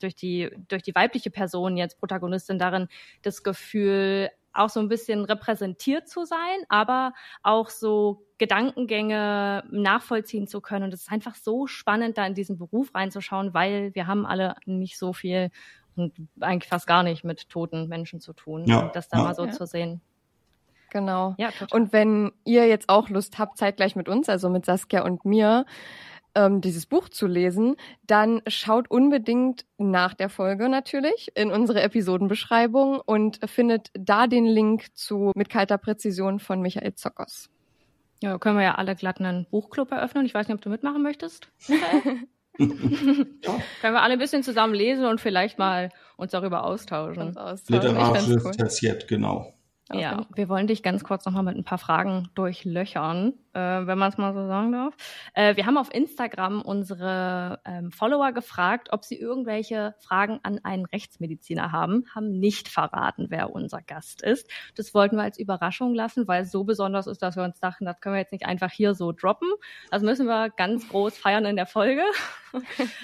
Person jetzt Protagonistin darin das Gefühl, auch so ein bisschen repräsentiert zu sein, aber auch so Gedankengänge nachvollziehen zu können. Und es ist einfach so spannend, da in diesen Beruf reinzuschauen, weil wir haben alle nicht so viel und eigentlich fast gar nicht mit toten Menschen zu tun. Und das da mal so zu sehen. Genau. Ja, total. Und wenn ihr jetzt auch Lust habt, zeitgleich mit uns, also mit Saskia und mir, dieses Buch zu lesen, dann schaut unbedingt nach der Folge natürlich in unsere Episodenbeschreibung und findet da den Link zu Mit kalter Präzision von Michael Zockers. Ja, können wir ja alle glatt einen Buchclub eröffnen. Ich weiß nicht, ob du mitmachen möchtest, Michael? Können wir alle ein bisschen zusammen lesen und vielleicht mal uns darüber austauschen. Literarisches Tertiett, genau. Ja, wir wollen dich ganz kurz nochmal mit ein paar Fragen durchlöchern, wenn man es mal so sagen darf. Wir haben auf Instagram unsere Follower gefragt, ob sie irgendwelche Fragen an einen Rechtsmediziner haben nicht verraten, wer unser Gast ist. Das wollten wir als Überraschung lassen, weil es so besonders ist, dass wir uns dachten, das können wir jetzt nicht einfach hier so droppen. Das müssen wir ganz groß feiern in der Folge. Und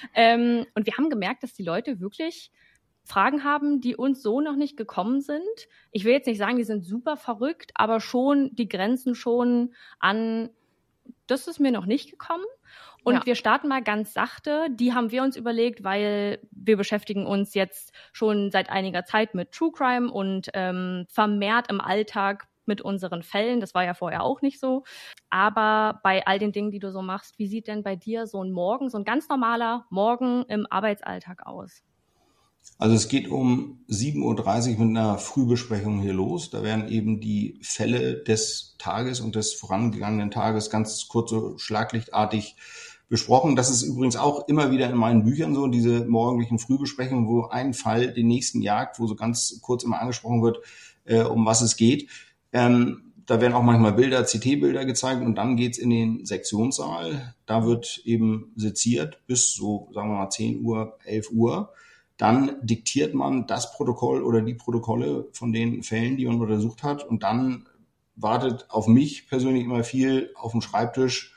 wir haben gemerkt, dass die Leute wirklich Fragen haben, die uns so noch nicht gekommen sind. Ich will jetzt nicht sagen, die sind super verrückt, aber schon, die grenzen schon an, das ist mir noch nicht gekommen. Und wir starten mal ganz sachte. Die haben wir uns überlegt, weil wir beschäftigen uns jetzt schon seit einiger Zeit mit True Crime und vermehrt im Alltag mit unseren Fällen. Das war ja vorher auch nicht so. Aber bei all den Dingen, die du so machst, wie sieht denn bei dir so ein ganz normaler Morgen im Arbeitsalltag aus? Also es geht um 7.30 Uhr mit einer Frühbesprechung hier los. Da werden eben die Fälle des Tages und des vorangegangenen Tages ganz kurz so schlaglichtartig besprochen. Das ist übrigens auch immer wieder in meinen Büchern so, diese morgendlichen Frühbesprechungen, wo ein Fall den nächsten jagt, wo so ganz kurz immer angesprochen wird, um was es geht. Da werden auch manchmal Bilder, CT-Bilder gezeigt und dann geht's in den Sektionssaal. Da wird eben seziert bis so, sagen wir mal, 10 Uhr, 11 Uhr. Dann diktiert man das Protokoll oder die Protokolle von den Fällen, die man untersucht hat. Und dann wartet auf mich persönlich immer viel auf dem Schreibtisch.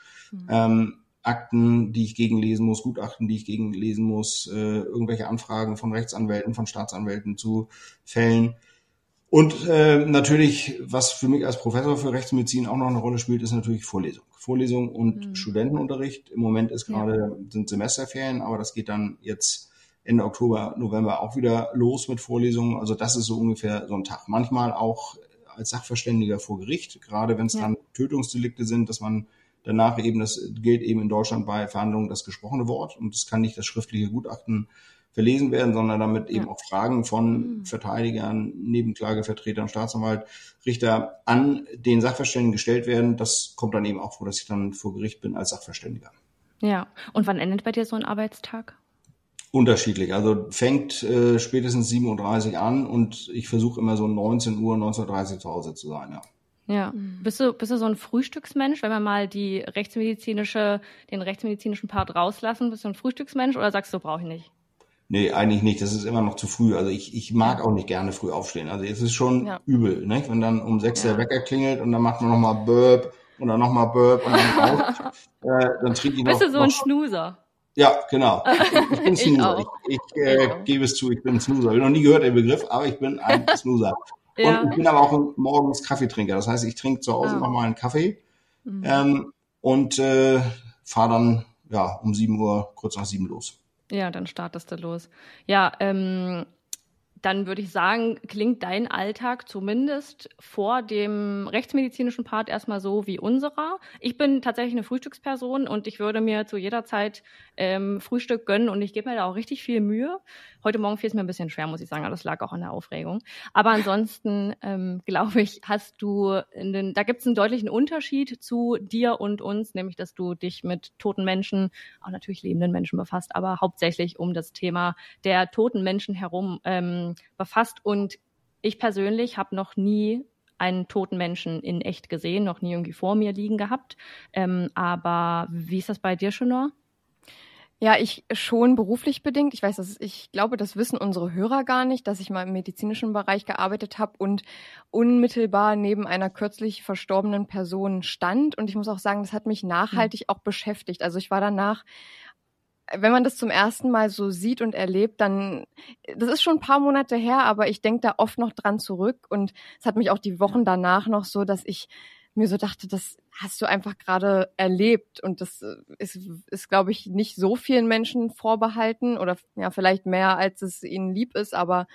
Akten, die ich gegenlesen muss, Gutachten, die ich gegenlesen muss, irgendwelche Anfragen von Rechtsanwälten, von Staatsanwälten zu Fällen. Und natürlich, was für mich als Professor für Rechtsmedizin auch noch eine Rolle spielt, ist natürlich Vorlesung. Vorlesung und Studentenunterricht. Im Moment sind Semesterferien, aber das geht dann jetzt Ende Oktober, November auch wieder los mit Vorlesungen. Also das ist so ungefähr so ein Tag. Manchmal auch als Sachverständiger vor Gericht, gerade wenn es dann Tötungsdelikte sind, dass man danach eben, das gilt eben in Deutschland bei Verhandlungen das gesprochene Wort und es kann nicht das schriftliche Gutachten verlesen werden, sondern damit eben auch Fragen von Verteidigern, Nebenklagevertretern, Staatsanwalt, Richter an den Sachverständigen gestellt werden. Das kommt dann eben auch vor, dass ich dann vor Gericht bin als Sachverständiger. Ja, und wann endet bei dir so ein Arbeitstag? Unterschiedlich. Also fängt spätestens 7:30 Uhr an und ich versuche immer so 19 Uhr, 19:30 Uhr zu Hause zu sein, ja. Ja. Bist du so ein Frühstücksmensch, wenn wir mal den rechtsmedizinischen Part rauslassen? Bist du ein Frühstücksmensch oder sagst du, brauche ich nicht? Nee, eigentlich nicht. Das ist immer noch zu früh. Also ich mag auch nicht gerne früh aufstehen. Also es ist schon übel, ne? Wenn dann um 6 der Wecker klingelt und dann macht man nochmal Burp und dann nochmal Burp und dann auch. Dann trinke ich noch. Bist du so ein Snoozer? Ja, genau. Ich bin Snoozer. Ich gebe es zu, ich bin ein Snoozer. Ich habe noch nie gehört den Begriff, aber ich bin ein Snoozer. Ja. Und ich bin aber auch ein morgens Kaffeetrinker. Das heißt, ich trinke zu Hause nochmal einen Kaffee und fahre dann um 7 Uhr, kurz nach 7 los. Ja, dann startest du los. Ja, dann würde ich sagen, klingt dein Alltag zumindest vor dem rechtsmedizinischen Part erstmal so wie unserer. Ich bin tatsächlich eine Frühstücksperson und ich würde mir zu jeder Zeit Frühstück gönnen und ich gebe mir da auch richtig viel Mühe. Heute Morgen fiel es mir ein bisschen schwer, muss ich sagen, aber das lag auch an der Aufregung. Aber ansonsten, glaube ich, da gibt es einen deutlichen Unterschied zu dir und uns, nämlich, dass du dich mit toten Menschen, auch natürlich lebenden Menschen befasst, aber hauptsächlich um das Thema der toten Menschen herum befasst. Und ich persönlich habe noch nie einen toten Menschen in echt gesehen, noch nie irgendwie vor mir liegen gehabt. Aber wie ist das bei dir, Chinor? Ja, ich schon beruflich bedingt. Ich glaube, das wissen unsere Hörer gar nicht, dass ich mal im medizinischen Bereich gearbeitet habe und unmittelbar neben einer kürzlich verstorbenen Person stand. Und ich muss auch sagen, das hat mich nachhaltig auch beschäftigt. Also ich war danach, wenn man das zum ersten Mal so sieht und erlebt, dann, das ist schon ein paar Monate her, aber ich denke da oft noch dran zurück. Und es hat mich auch die Wochen danach noch so, dass ich mir so dachte, das hast du einfach gerade erlebt und das ist, glaube ich, nicht so vielen Menschen vorbehalten oder ja vielleicht mehr, als es ihnen lieb ist, aber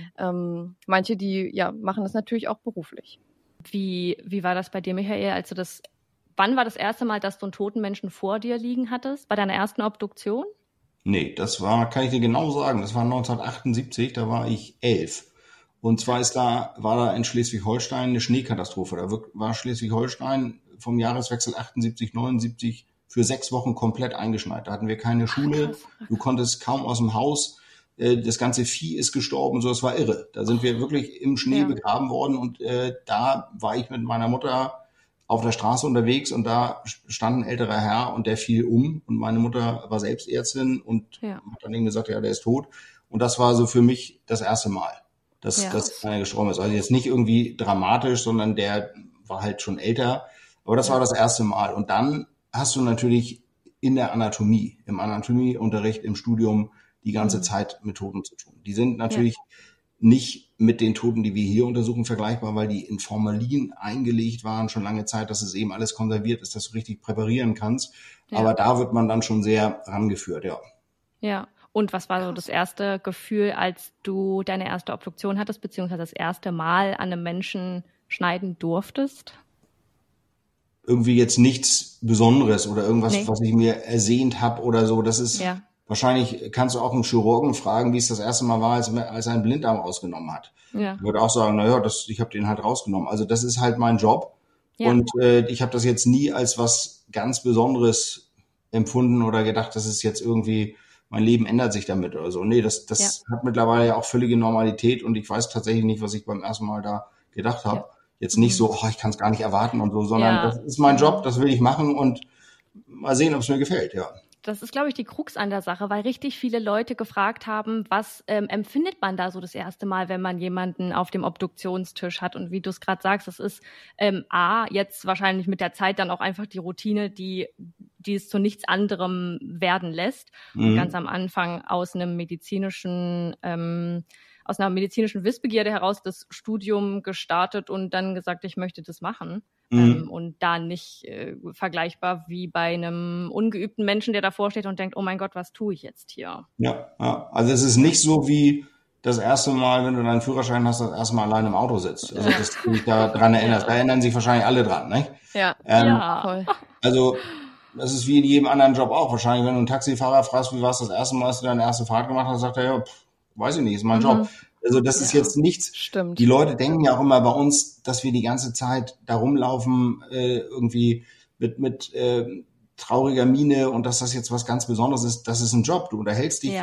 manche, die machen das natürlich auch beruflich. Wie war das bei dir, Michael, wann war das erste Mal, dass du einen toten Menschen vor dir liegen hattest? Bei deiner ersten Obduktion? Nee, kann ich dir genau sagen, das war 1978, da war ich 11. Und zwar war da in Schleswig-Holstein eine Schneekatastrophe. Da war Schleswig-Holstein vom Jahreswechsel 78, 79 für 6 Wochen komplett eingeschneit. Da hatten wir keine Schule, du konntest kaum aus dem Haus, das ganze Vieh ist gestorben, so, es war irre. Da sind wir wirklich im Schnee begraben worden und da war ich mit meiner Mutter auf der Straße unterwegs und da stand ein älterer Herr und der fiel um und meine Mutter war selbst Ärztin und hat dann eben gesagt, ja, der ist tot. Und das war so für mich das erste Mal, dass einer gestorben ist. Also jetzt nicht irgendwie dramatisch, sondern der war halt schon älter. Aber das war das erste Mal. Und dann hast du natürlich in der Anatomie, im Anatomieunterricht, im Studium die ganze Zeit mit Toten zu tun. Die sind natürlich nicht mit den Toten, die wir hier untersuchen, vergleichbar, weil die in Formalin eingelegt waren, schon lange Zeit, dass es eben alles konserviert ist, dass du richtig präparieren kannst. Ja. Aber da wird man dann schon sehr rangeführt, ja. Ja. Und was war so das erste Gefühl, als du deine erste Obduktion hattest, beziehungsweise das erste Mal an einem Menschen schneiden durftest? Irgendwie jetzt nichts Besonderes oder irgendwas, was ich mir ersehnt habe oder so. Das ist wahrscheinlich, kannst du auch einen Chirurgen fragen, wie es das erste Mal war, als er einen Blinddarm rausgenommen hat. Ja. Ich würde auch sagen, ich habe den halt rausgenommen. Also das ist halt mein Job. Ja. Und ich habe das jetzt nie als was ganz Besonderes empfunden oder gedacht, das ist jetzt irgendwie, mein Leben ändert sich damit oder so. Nee, das hat mittlerweile ja auch völlige Normalität und ich weiß tatsächlich nicht, was ich beim ersten Mal da gedacht habe. Ja. Jetzt nicht so, ich kann es gar nicht erwarten und so, sondern das ist mein Job, das will ich machen und mal sehen, ob es mir gefällt, ja. Das ist, glaube ich, die Krux an der Sache, weil richtig viele Leute gefragt haben, was empfindet man da so das erste Mal, wenn man jemanden auf dem Obduktionstisch hat? Und wie du es gerade sagst, das ist jetzt wahrscheinlich mit der Zeit dann auch einfach die Routine, die es zu nichts anderem werden lässt. Und ganz am Anfang aus einer medizinischen Wissbegierde heraus das Studium gestartet und dann gesagt, ich möchte das machen. Und da nicht vergleichbar wie bei einem ungeübten Menschen, der davor steht und denkt, oh mein Gott, was tue ich jetzt hier? Ja, also es ist nicht so wie das erste Mal, wenn du deinen Führerschein hast, das erste Mal allein im Auto sitzt. Also dass du dich da dran erinnerst. Da erinnern sich wahrscheinlich alle dran, ne? Ja, voll. Also das ist wie in jedem anderen Job auch. Wahrscheinlich, wenn du einen Taxifahrer fragst, wie war es das erste Mal, als du deine erste Fahrt gemacht hast, sagt er, weiß ich nicht, ist mein Job. Also das ist jetzt nichts. Stimmt. Die Leute denken ja auch immer bei uns, dass wir die ganze Zeit da rumlaufen, irgendwie mit trauriger Miene und dass das jetzt was ganz Besonderes ist. Das ist ein Job. Du unterhältst dich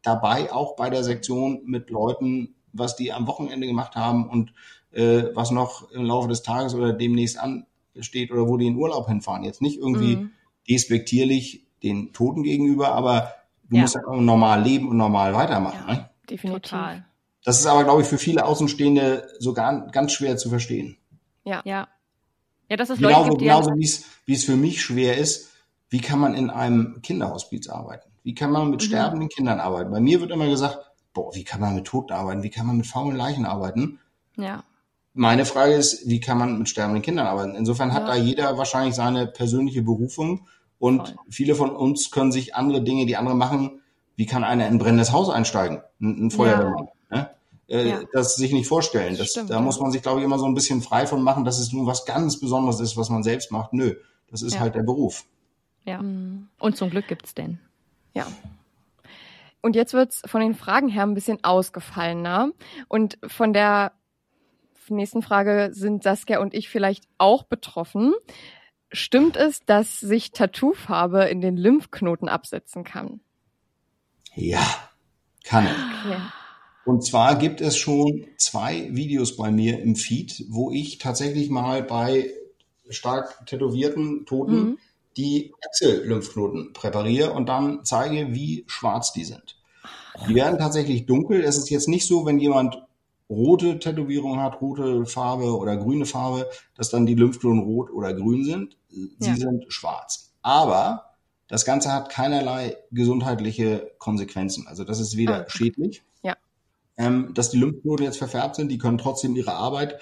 dabei, auch bei der Sektion mit Leuten, was die am Wochenende gemacht haben und was noch im Laufe des Tages oder demnächst ansteht oder wo die in Urlaub hinfahren. Jetzt nicht irgendwie despektierlich den Toten gegenüber, aber du musst ja auch normal leben und normal weitermachen. Ja, ne? definitiv. Total. Das ist aber, glaube ich, für viele Außenstehende sogar ganz schwer zu verstehen. Ja. Ja, dass es Leute gibt, die Genauso wie es für mich schwer ist, wie kann man in einem Kinderhospiz arbeiten? Wie kann man mit sterbenden Kindern arbeiten? Bei mir wird immer gesagt, wie kann man mit Toten arbeiten? Wie kann man mit faulen Leichen arbeiten? Ja. Meine Frage ist, wie kann man mit sterbenden Kindern arbeiten? Insofern hat da jeder wahrscheinlich seine persönliche Berufung und viele von uns können sich andere Dinge, die andere machen, wie kann einer in ein brennendes Haus einsteigen? Ein Feuerwehrmann. Ne? Das sich nicht vorstellen. Da muss man sich, glaube ich, immer so ein bisschen frei von machen, dass es nun was ganz Besonderes ist, was man selbst macht. Nö, das ist halt der Beruf. Ja. Und zum Glück gibt's den. Ja. Und jetzt wird's von den Fragen her ein bisschen ausgefallener. Und von der nächsten Frage sind Saskia und ich vielleicht auch betroffen. Stimmt es, dass sich Tattoofarbe in den Lymphknoten absetzen kann? Ja, kann. Okay. Und zwar gibt es schon 2 Videos bei mir im Feed, wo ich tatsächlich mal bei stark tätowierten Toten die Achsellymphknoten präpariere und dann zeige, wie schwarz die sind. Die werden tatsächlich dunkel. Es ist jetzt nicht so, wenn jemand rote Tätowierung hat, rote Farbe oder grüne Farbe, dass dann die Lymphknoten rot oder grün sind. Sie sind schwarz. Aber das Ganze hat keinerlei gesundheitliche Konsequenzen. Also das ist weder schädlich, dass die Lymphknoten jetzt verfärbt sind, die können trotzdem ihrer Arbeit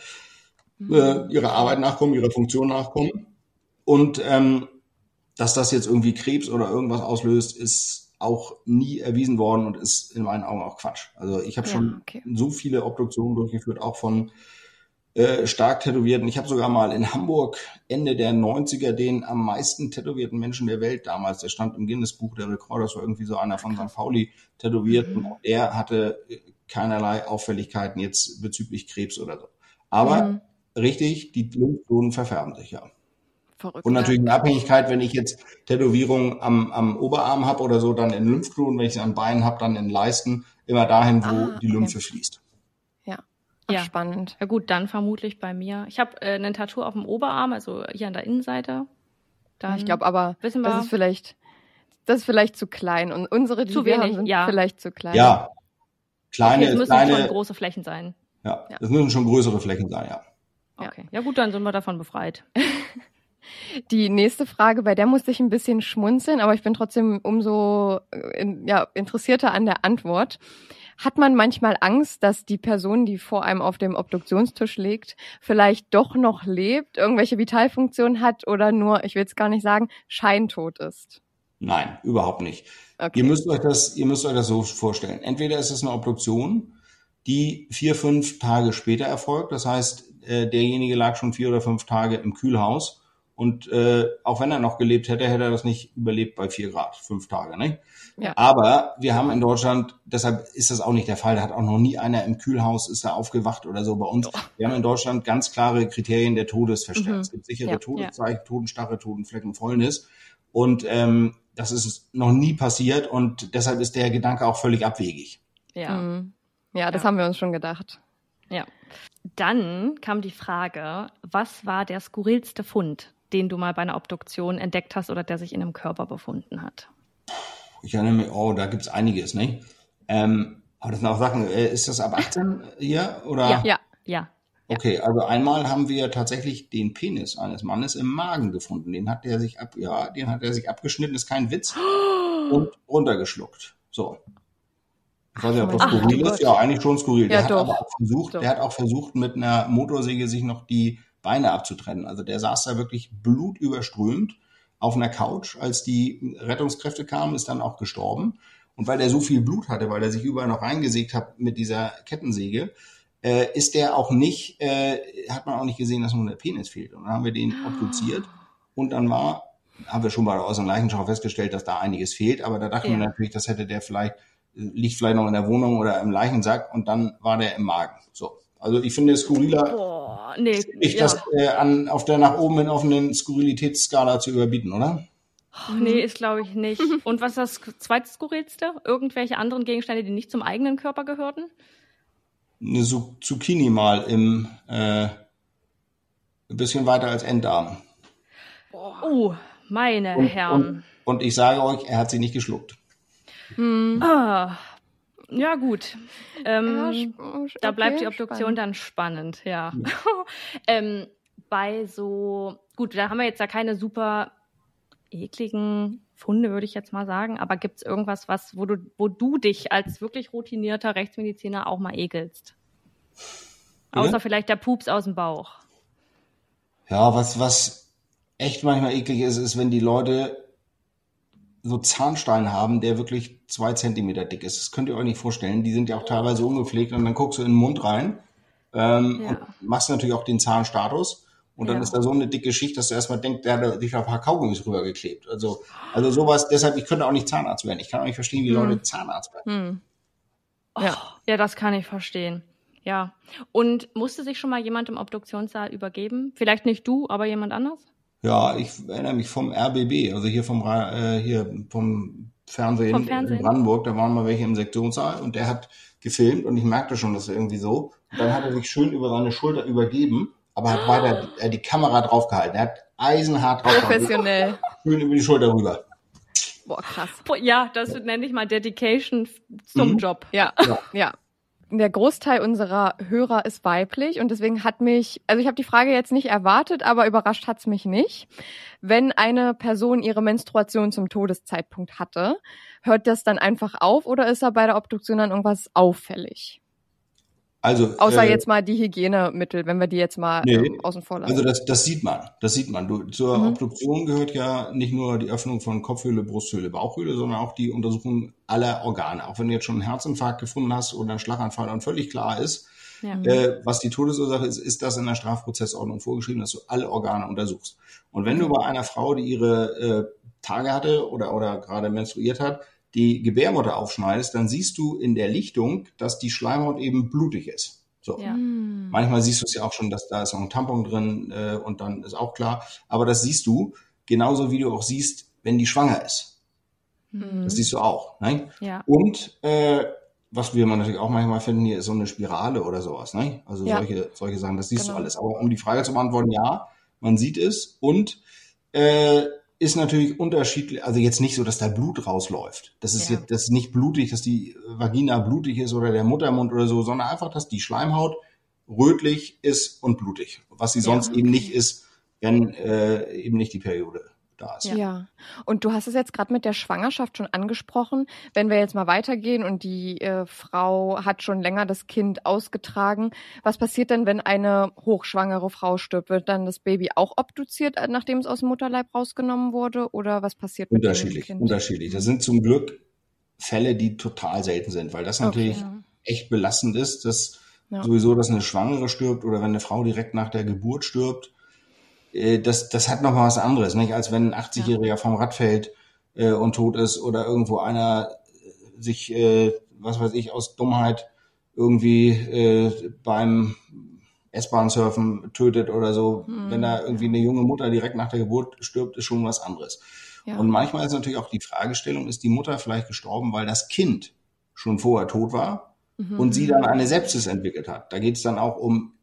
nachkommen, ihrer Funktion nachkommen. Und dass das jetzt irgendwie Krebs oder irgendwas auslöst, ist auch nie erwiesen worden und ist in meinen Augen auch Quatsch. Also ich habe schon so viele Obduktionen durchgeführt, auch von stark Tätowierten. Ich habe sogar mal in Hamburg Ende der 90er den am meisten tätowierten Menschen der Welt damals, der stand im Guinness-Buch der Rekorde, das war irgendwie so einer von St. Pauli tätowiert und er hatte keinerlei Auffälligkeiten jetzt bezüglich Krebs oder so. Aber richtig, die Lymphknoten verfärben sich, ja. Verrückt. Und natürlich in Abhängigkeit, wenn ich jetzt Tätowierungen am Oberarm habe oder so, dann in Lymphknoten, wenn ich sie an Beinen habe, dann in Leisten, immer dahin, wo die Lymphe fließt. Ja, spannend. Ja gut, dann vermutlich bei mir. Ich habe ein Tattoo auf dem Oberarm, also hier an der Innenseite. Dann ich glaube aber, das ist vielleicht zu klein und unsere, die wir haben, sind vielleicht zu klein. Ja, es müssen schon große Flächen sein. Ja, es müssen schon größere Flächen sein, ja. Okay, ja gut, dann sind wir davon befreit. Die nächste Frage, bei der musste ich ein bisschen schmunzeln, aber ich bin trotzdem umso interessierter an der Antwort. Hat man manchmal Angst, dass die Person, die vor einem auf dem Obduktionstisch liegt, vielleicht doch noch lebt, irgendwelche Vitalfunktionen hat oder nur, ich will es gar nicht sagen, scheintot ist? Nein, überhaupt nicht. Okay. Ihr müsst euch das so vorstellen. Entweder ist es eine Obduktion, die 4-5 Tage später erfolgt. Das heißt, derjenige lag schon 4 oder 5 Tage im Kühlhaus. Und auch wenn er noch gelebt hätte, hätte er das nicht überlebt bei 4 Grad, 5 Tage. Ne? Ja. Aber wir haben in Deutschland, deshalb ist das auch nicht der Fall, da hat auch noch nie einer im Kühlhaus, ist da aufgewacht oder so bei uns. Wir haben in Deutschland ganz klare Kriterien der Todesfeststellung. Es gibt sichere Todeszeichen, Totenstarre, Totenflecken, Fäulnis. Und das ist noch nie passiert und deshalb ist der Gedanke auch völlig abwegig. Ja, das haben wir uns schon gedacht. Ja. Dann kam die Frage, was war der skurrilste Fund, den du mal bei einer Obduktion entdeckt hast oder der sich in einem Körper befunden hat? Ich erinnere mich, da gibt es einiges, ne? Aber das sind auch Sachen, ist das ab 18 hier? Oder? Ja. Okay, also einmal haben wir tatsächlich den Penis eines Mannes im Magen gefunden. Den hat er sich abgeschnitten, ist kein Witz, und runtergeschluckt. So. Ich weiß nicht, ob das skurril ist. Ja, eigentlich schon skurril. Der hat auch versucht, mit einer Motorsäge sich noch die Beine abzutrennen. Also der saß da wirklich blutüberströmt auf einer Couch. Als die Rettungskräfte kamen, ist dann auch gestorben. Und weil der so viel Blut hatte, weil er sich überall noch reingesägt hat mit dieser Kettensäge, ist der auch nicht, hat man auch nicht gesehen, dass nur der Penis fehlt. Und dann haben wir den obduziert und dann haben wir schon bei der äußeren Leichenschau festgestellt, dass da einiges fehlt. Aber da dachten wir natürlich, das hätte der liegt vielleicht noch in der Wohnung oder im Leichensack und dann war der im Magen. So. Also ich finde es skurriler, das auf der nach oben hin offenen Skurrilitätsskala zu überbieten, oder? Nee, ist glaube ich nicht. Und was ist das zweite Skurrilste? Irgendwelche anderen Gegenstände, die nicht zum eigenen Körper gehörten? Eine Zucchini mal ein bisschen weiter als Endarm. Oh, meine Herren. Und ich sage euch, er hat sie nicht geschluckt. Ah, ja gut. Da bleibt die okay, Obduktion spannend. dann spannend, ja. Bei so, gut, da haben wir jetzt ja keine super ekligen Funde, würde ich jetzt mal sagen, aber gibt es irgendwas, wo du dich als wirklich routinierter Rechtsmediziner auch mal ekelst? Außer vielleicht der Pups aus dem Bauch. Ja, was echt manchmal eklig ist, wenn die Leute so Zahnstein haben, der wirklich 2 Zentimeter dick ist. Das könnt ihr euch nicht vorstellen. Die sind ja auch teilweise ungepflegt und dann guckst du in den Mund rein und machst natürlich auch den Zahnstatus und dann ist da so eine dicke Schicht, dass du erstmal denkst, der hat sich da ein paar Kaugummis rübergeklebt. Also sowas, deshalb, ich könnte auch nicht Zahnarzt werden. Ich kann auch nicht verstehen, wie Leute Zahnarzt werden. Ja, das kann ich verstehen. Ja. Und musste sich schon mal jemand im Obduktionssaal übergeben? Vielleicht nicht du, aber jemand anders? Ja, ich erinnere mich vom RBB, also hier vom Fernsehen in Brandenburg, da waren mal welche im Sektionssaal und der hat gefilmt und ich merkte schon, dass er irgendwie so. Und dann hat er sich schön über seine Schulter übergeben, aber hat weiter die Kamera draufgehalten. Er hat eisenhart draufgehalten. Professionell. Schön über die Schulter rüber. Boah, krass. Ja, das nenne ich mal Dedication zum Job. Ja. Der Großteil unserer Hörer ist weiblich und deswegen ich habe die Frage jetzt nicht erwartet, aber überrascht hat's mich nicht. Wenn eine Person ihre Menstruation zum Todeszeitpunkt hatte, hört das dann einfach auf oder ist da bei der Obduktion dann irgendwas auffällig? Also, außer jetzt mal die Hygienemittel, wenn wir die jetzt mal außen vor lassen. Also das sieht man. Zur Obduktion gehört ja nicht nur die Öffnung von Kopfhöhle, Brusthöhle, Bauchhöhle, sondern auch die Untersuchung aller Organe. Auch wenn du jetzt schon einen Herzinfarkt gefunden hast oder einen Schlaganfall und völlig klar ist, was die Todesursache ist das in der Strafprozessordnung vorgeschrieben, dass du alle Organe untersuchst. Und wenn du bei einer Frau, die ihre Tage hatte oder gerade menstruiert hat, die Gebärmutter aufschneidest, dann siehst du in der Lichtung, dass die Schleimhaut eben blutig ist. So. Ja. Manchmal siehst du es ja auch schon, dass da ist noch ein Tampon drin und dann ist auch klar. Aber das siehst du genauso, wie du auch siehst, wenn die schwanger ist. Das siehst du auch. Ne? Ja. Und was wir natürlich auch manchmal finden, hier ist so eine Spirale oder sowas. Ne? Also solche Sachen, das siehst du alles. Aber um die Frage zu beantworten, ja, man sieht es und ist natürlich unterschiedlich, also jetzt nicht so, dass da Blut rausläuft. Das ist jetzt, das ist nicht blutig, dass die Vagina blutig ist oder der Muttermund oder so, sondern einfach, dass die Schleimhaut rötlich ist und blutig. Was sie sonst eben nicht ist, wenn eben nicht die Periode da ist. Ja. Und du hast es jetzt gerade mit der Schwangerschaft schon angesprochen. Wenn wir jetzt mal weitergehen und die Frau hat schon länger das Kind ausgetragen, was passiert denn, wenn eine hochschwangere Frau stirbt? Wird dann das Baby auch obduziert, nachdem es aus dem Mutterleib rausgenommen wurde? Oder was passiert mit dem Kind? Unterschiedlich. Das sind zum Glück Fälle, die total selten sind, weil das natürlich echt belastend ist, dass sowieso, dass eine Schwangere stirbt oder wenn eine Frau direkt nach der Geburt stirbt. Das hat noch mal was anderes, nicht? Als wenn ein 80-Jähriger vom Rad fällt und tot ist oder irgendwo einer sich, was weiß ich, aus Dummheit irgendwie beim S-Bahn-Surfen tötet oder so. Wenn da irgendwie eine junge Mutter direkt nach der Geburt stirbt, ist schon was anderes. Ja. Und manchmal ist natürlich auch die Fragestellung, ist die Mutter vielleicht gestorben, weil das Kind schon vorher tot war und sie dann eine Sepsis entwickelt hat. Da geht es dann auch um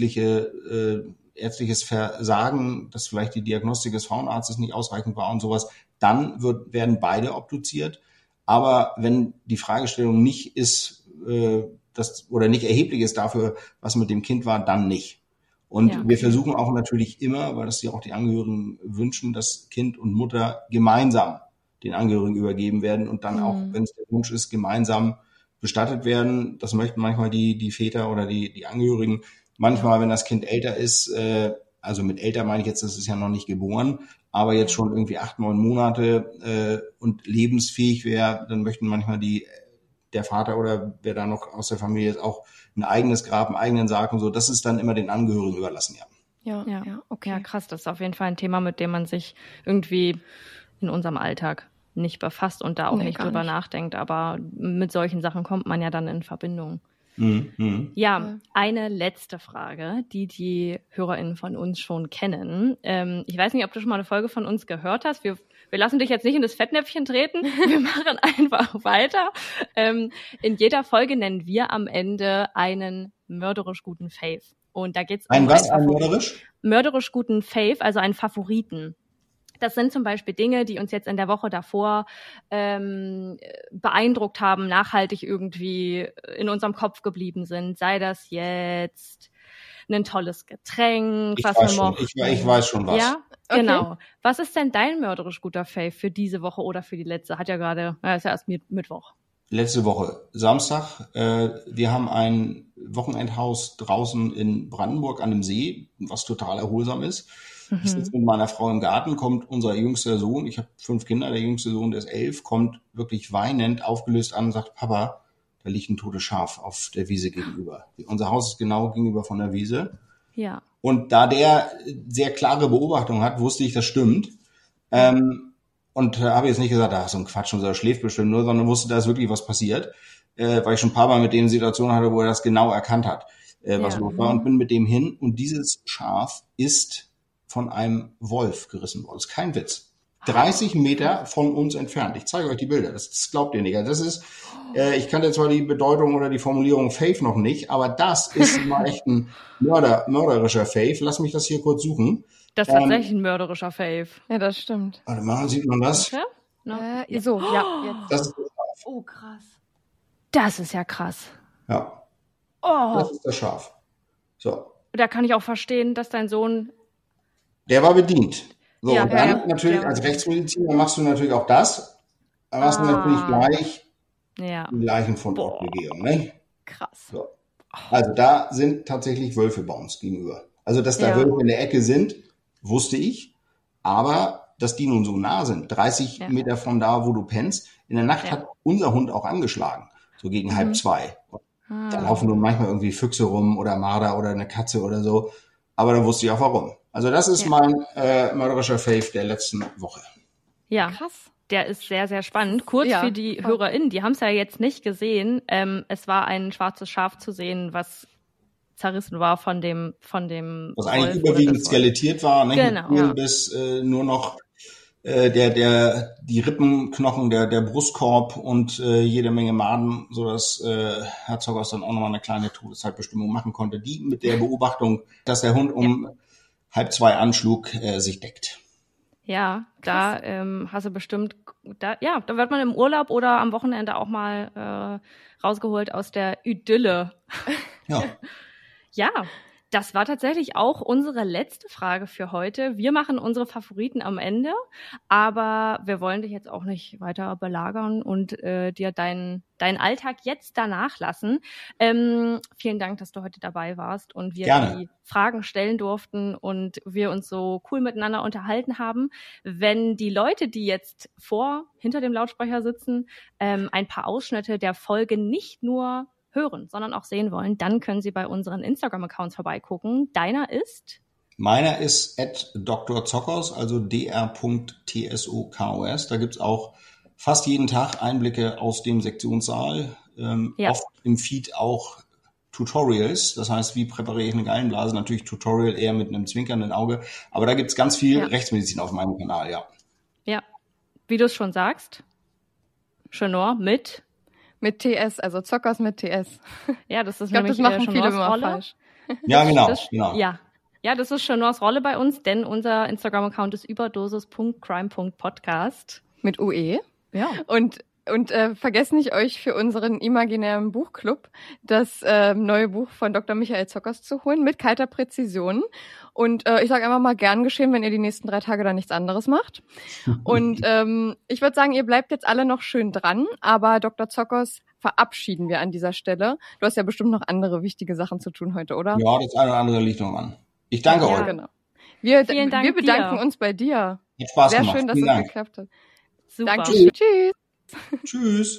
ärztliches Versagen, dass vielleicht die Diagnostik des Frauenarztes nicht ausreichend war und sowas, dann werden beide obduziert. Aber wenn die Fragestellung nicht ist, oder nicht erheblich ist dafür, was mit dem Kind war, dann nicht. Und wir versuchen auch natürlich immer, weil das ja auch die Angehörigen wünschen, dass Kind und Mutter gemeinsam den Angehörigen übergeben werden und dann auch, wenn es der Wunsch ist, gemeinsam bestattet werden. Das möchten manchmal die Väter oder die Angehörigen. Manchmal, wenn das Kind älter ist, also mit älter meine ich jetzt, das ist ja noch nicht geboren, aber jetzt schon irgendwie 8, 9 Monate und lebensfähig wäre, dann möchten manchmal der Vater oder wer da noch aus der Familie ist, auch ein eigenes Grab, einen eigenen Sarg und so. Das ist dann immer den Angehörigen überlassen, Ja, okay. Ja, krass, das ist auf jeden Fall ein Thema, mit dem man sich irgendwie in unserem Alltag nicht befasst und da auch nicht drüber nachdenkt, aber mit solchen Sachen kommt man ja dann in Verbindung. Ja, eine letzte Frage, die HörerInnen von uns schon kennen. Ich weiß nicht, ob du schon mal eine Folge von uns gehört hast. Wir lassen dich jetzt nicht in das Fettnäpfchen treten. Wir machen einfach weiter. In jeder Folge nennen wir am Ende einen mörderisch guten Fave. Und da geht's Ein was? Ein mörderisch? Mörderisch guten Fave, also einen Favoriten. Das sind zum Beispiel Dinge, die uns jetzt in der Woche davor beeindruckt haben, nachhaltig irgendwie in unserem Kopf geblieben sind. Sei das jetzt ein tolles Getränk, Ich weiß schon was. Ja, Okay. genau. Was ist denn dein mörderisch guter Fave für diese Woche oder für die letzte? Ist ja erst Mittwoch. Letzte Woche, Samstag, wir haben ein Wochenendhaus draußen in Brandenburg an einem See, was total erholsam ist. Ich sitze mit meiner Frau im Garten, kommt unser jüngster Sohn, ich habe 5 Kinder, der jüngste Sohn, der ist 11, kommt wirklich weinend, aufgelöst an und sagt, Papa, da liegt ein totes Schaf auf der Wiese gegenüber. Unser Haus ist genau gegenüber von der Wiese. Ja. Und da der sehr klare Beobachtung hat, wusste ich, das stimmt. Und habe jetzt nicht gesagt, so ein Quatsch, unser schläft bestimmt nur, sondern wusste, da ist wirklich was passiert, weil ich schon ein paar Mal mit dem Situationen hatte, wo er das genau erkannt hat, was los war, und bin mit dem hin. Und dieses Schaf ist von einem Wolf gerissen worden. Das ist kein Witz. 30 Meter von uns entfernt. Ich zeige euch die Bilder. Das glaubt ihr nicht. Das ist, ich kannte zwar die Bedeutung oder die Formulierung Fave noch nicht, aber das ist mal echt ein mörderischer Fave. Lass mich das hier kurz suchen. Das ist tatsächlich ein mörderischer Fave. Ja, das stimmt. Warte mal, sieht man das? Ja? No. So, ja. Jetzt. Das ist das Schaf. Oh, krass. Das ist ja krass. Ja, Oh, das ist das Schaf. So. da kann ich auch verstehen, dass dein Sohn... Der war bedient. So, Ja, und dann ja, natürlich ja. als Rechtsmediziner machst du natürlich auch das. Dann machst du natürlich gleich Ja. die Leichenfundortbegehung, ne? Krass. So. Also da sind tatsächlich Wölfe bei uns gegenüber. Also, dass da Ja. Wölfe in der Ecke sind, wusste ich. Aber dass die nun so nah sind, 30 Ja. Meter von da, wo du pennst. In der Nacht Ja. hat unser Hund auch angeschlagen. So gegen 1:30. Da Ah. laufen nun manchmal irgendwie Füchse rum oder Marder oder eine Katze oder so. Aber dann wusste ich auch warum. Also das ist mein mörderischer Fave der letzten Woche. Ja, Krass. der ist sehr, sehr spannend. Kurz Ja, für die voll. HörerInnen, die haben es ja jetzt nicht gesehen. Es war ein schwarzes Schaf zu sehen, was zerrissen war von dem Was Wolf eigentlich oder überwiegend das Wolf. skelettiert war, ne? Genau. Mit Ja. bis nur noch die Rippenknochen, der Brustkorb und jede Menge Maden, sodass Herr Zockers dann auch nochmal eine kleine Todeszeitbestimmung machen konnte, die mit der Beobachtung, dass der Hund um 1:30 anschlug, sich deckt. Ja, da hast du bestimmt, da wird man im Urlaub oder am Wochenende auch mal rausgeholt aus der Idylle. Ja. Ja, das war tatsächlich auch unsere letzte Frage für heute. Wir machen unsere Favoriten am Ende, aber wir wollen dich jetzt auch nicht weiter belagern und dir deinen Alltag jetzt danach lassen. Vielen Dank, dass du heute dabei warst und wir Gerne. die Fragen stellen durften und wir uns so cool miteinander unterhalten haben. Wenn die Leute, die jetzt hinter dem Lautsprecher sitzen, ein paar Ausschnitte der Folge nicht nur hören, sondern auch sehen wollen, dann können Sie bei unseren Instagram-Accounts vorbeigucken. Deiner ist? Meiner ist @drzockers, also dr.tsokos. Da gibt's auch fast jeden Tag Einblicke aus dem Sektionssaal. Ja. Oft im Feed auch Tutorials. Das heißt, wie präpariere ich eine Gallenblase? Natürlich Tutorial eher mit einem zwinkernden Auge. Aber da gibt's ganz viel Rechtsmedizin auf meinem Kanal, ja. Ja, wie du es schon sagst. Chenor mit? Mit TS, also Zockers mit TS. Ja, das ist Ich glaube, nämlich das machen viele Chenors immer Rolle. falsch. Ja, genau. Genau. Ja, das ist Chenors Rolle bei uns, denn unser Instagram-Account ist überdosis.crime.podcast. Mit UE. Ja. Und vergesst nicht, euch für unseren imaginären Buchclub das neue Buch von Dr. Michael Zockers zu holen, mit kalter Präzision. Und ich sage einfach mal, gern geschehen, wenn ihr die nächsten 3 Tage dann nichts anderes macht. Und ich würde sagen, ihr bleibt jetzt alle noch schön dran, aber Dr. Zockers verabschieden wir an dieser Stelle. Du hast ja bestimmt noch andere wichtige Sachen zu tun heute, oder? Ja, das eine oder andere liegt noch an. Ich danke Ja. euch. Genau. Wir Vielen Dank bedanken dir. uns bei dir. Hat Spaß Sehr gemacht. schön, dass Vielen es Dank. geklappt hat. Super. Danke. Tschüss. Tschüss.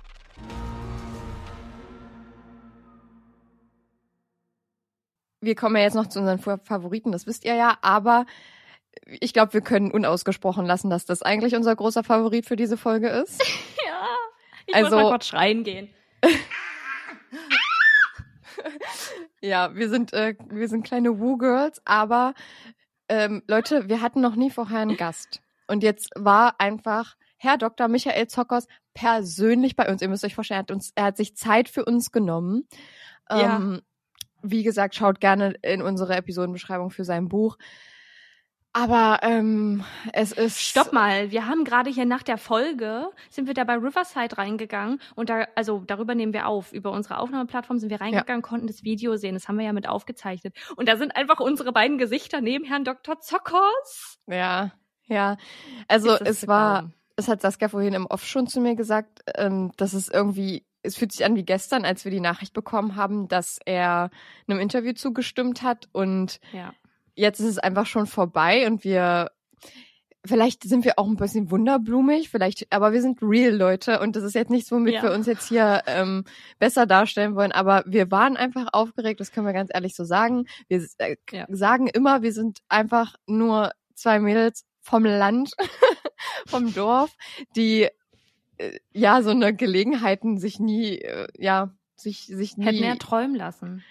Wir kommen ja jetzt noch zu unseren Favoriten, das wisst ihr ja, aber ich glaube, wir können unausgesprochen lassen, dass das eigentlich unser großer Favorit für diese Folge ist. Ja, ich Also- muss mal kurz schreien gehen. Ja, wir sind kleine Woo-Girls, aber Leute, wir hatten noch nie vorher einen Gast. Und jetzt war einfach Herr Dr. Michael Zockers persönlich bei uns. Ihr müsst euch vorstellen, er hat sich Zeit für uns genommen. Wie gesagt, schaut gerne in unsere Episodenbeschreibung für sein Buch. Aber es ist... Stopp mal, wir haben gerade hier nach der Folge, sind wir da bei Riverside reingegangen und darüber nehmen wir auf. Über unsere Aufnahmeplattform sind wir reingegangen, konnten das Video sehen, das haben wir ja mit aufgezeichnet. Und da sind einfach unsere beiden Gesichter neben Herrn Dr. Zockers. Ja. Also es hat Saskia vorhin im Off schon zu mir gesagt, dass es fühlt sich an wie gestern, als wir die Nachricht bekommen haben, dass er einem Interview zugestimmt hat und jetzt ist es einfach schon vorbei und vielleicht sind wir auch ein bisschen wunderblumig, aber wir sind real, Leute, und das ist jetzt nichts, womit wir uns jetzt hier besser darstellen wollen, aber wir waren einfach aufgeregt, das können wir ganz ehrlich so sagen. Wir sagen immer, wir sind einfach nur 2 Mädels vom Land, vom Dorf, die so eine Gelegenheiten sich nie, sich nie... Hätten ja träumen lassen.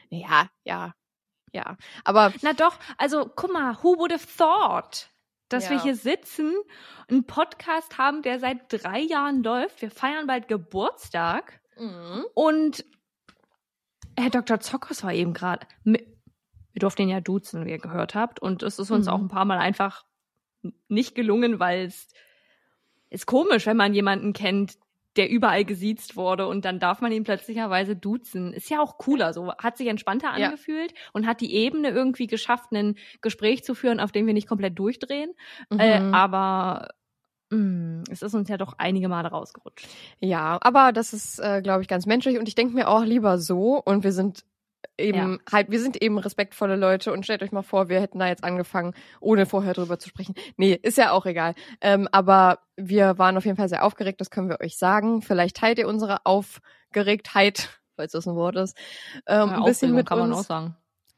Ja, aber... Na doch, also guck mal, who would have thought, dass wir hier sitzen, einen Podcast haben, der seit 3 Jahren läuft. Wir feiern bald Geburtstag. Und Herr Dr. Zockers war eben gerade... Wir durften ihn ja duzen, wie ihr gehört habt. Und es ist uns auch ein paar Mal einfach nicht gelungen, weil es ist komisch, wenn man jemanden kennt, der überall gesiezt wurde und dann darf man ihn plötzlicherweise duzen. Ist ja auch cooler, so hat sich entspannter angefühlt und hat die Ebene irgendwie geschafft, ein Gespräch zu führen, auf dem wir nicht komplett durchdrehen. Aber es ist uns ja doch einige Male rausgerutscht. Ja, aber das ist, glaube ich, ganz menschlich und ich denke mir auch lieber so und wir sind eben respektvolle Leute und stellt euch mal vor, wir hätten da jetzt angefangen, ohne vorher drüber zu sprechen. Nee, ist ja auch egal. Aber wir waren auf jeden Fall sehr aufgeregt, das können wir euch sagen. Vielleicht teilt ihr unsere Aufgeregtheit, falls das ein Wort ist, ein bisschen mit kann uns. Man auch sagen.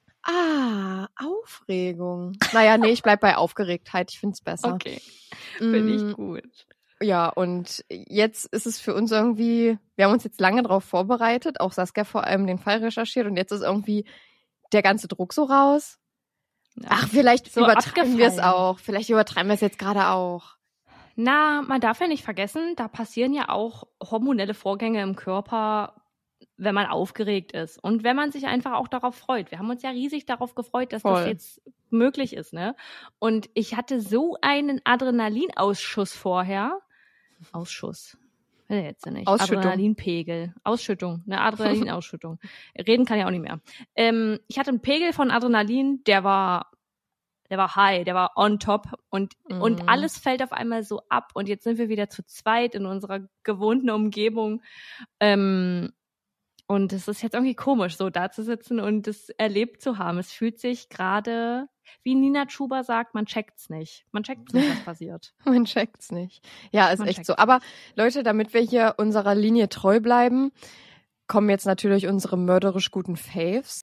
Aufregung. Naja, nee, ich bleib bei Aufgeregtheit, ich find's besser. Okay, finde ich gut. Ja, und jetzt ist es für uns irgendwie, wir haben uns jetzt lange darauf vorbereitet, auch Saskia vor allem den Fall recherchiert und jetzt ist irgendwie der ganze Druck so raus. Ja. Vielleicht so übertreiben wir es auch. Vielleicht übertreiben wir es jetzt gerade auch. Na, man darf ja nicht vergessen, da passieren ja auch hormonelle Vorgänge im Körper, wenn man aufgeregt ist und wenn man sich einfach auch darauf freut. Wir haben uns ja riesig darauf gefreut, dass das jetzt möglich ist, ne? Und ich hatte so einen Adrenalinausschuss vorher. Ausschuss. Jetzt nicht. Adrenalinpegel. Ausschüttung. Eine Adrenalinausschüttung. Reden kann ja auch nicht mehr. Ich hatte einen Pegel von Adrenalin, der war high, der war on top und alles fällt auf einmal so ab und jetzt sind wir wieder zu zweit in unserer gewohnten Umgebung. Und es ist jetzt irgendwie komisch, so da zu sitzen und das erlebt zu haben. Es fühlt sich gerade, wie Nina Chuba sagt, man checkt's nicht. Man checkt's nicht, was passiert. Man checkt's nicht. Ja, ist echt so. Aber Leute, damit wir hier unserer Linie treu bleiben, kommen jetzt natürlich unsere mörderisch guten Faves.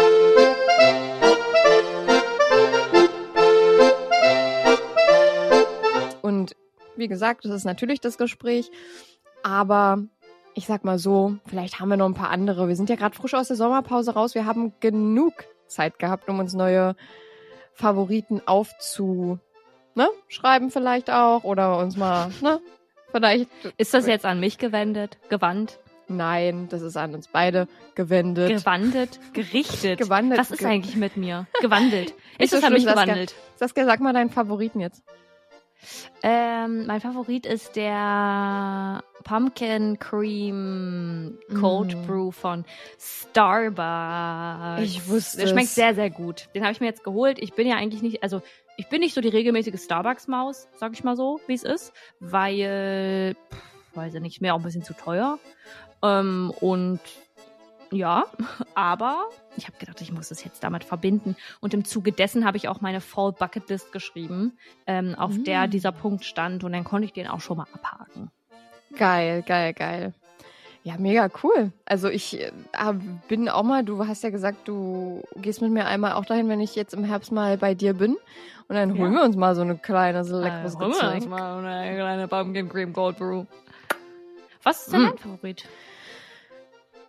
Und wie gesagt, das ist natürlich das Gespräch, aber ich sag mal so, vielleicht haben wir noch ein paar andere. Wir sind ja gerade frisch aus der Sommerpause raus. Wir haben genug Zeit gehabt, um uns neue Favoriten schreiben vielleicht auch oder uns mal, vielleicht. Ist das jetzt an mich gewandt? Nein, das ist an uns beide gewendet. Gewandet? Gerichtet? Gewandet. Was ist eigentlich mit mir? Gewandelt. Ist es an mich gewandelt? Saskia, sag mal deinen Favoriten jetzt. Mein Favorit ist der Pumpkin Cream Cold Brew von Starbucks. Ich wusste Der schmeckt sehr, sehr gut. Den habe ich mir jetzt geholt. Ich bin ja eigentlich nicht, ich bin nicht so die regelmäßige Starbucks-Maus, sag ich mal so, wie es ist, weil, weiß ich nicht, mir auch ein bisschen zu teuer. Und ja, aber ich habe gedacht, ich muss es jetzt damit verbinden. Und im Zuge dessen habe ich auch meine Fall Bucket List geschrieben, auf der dieser Punkt stand. Und dann konnte ich den auch schon mal abhaken. Geil. Ja, mega cool. Also ich bin auch mal, du hast ja gesagt, du gehst mit mir einmal auch dahin, wenn ich jetzt im Herbst mal bei dir bin. Und dann holen wir uns mal so eine kleine, so leckeres Getränk. Holen wir uns mal eine kleine Pumpkin Cream Cold Brew. Was ist denn dein Favorit?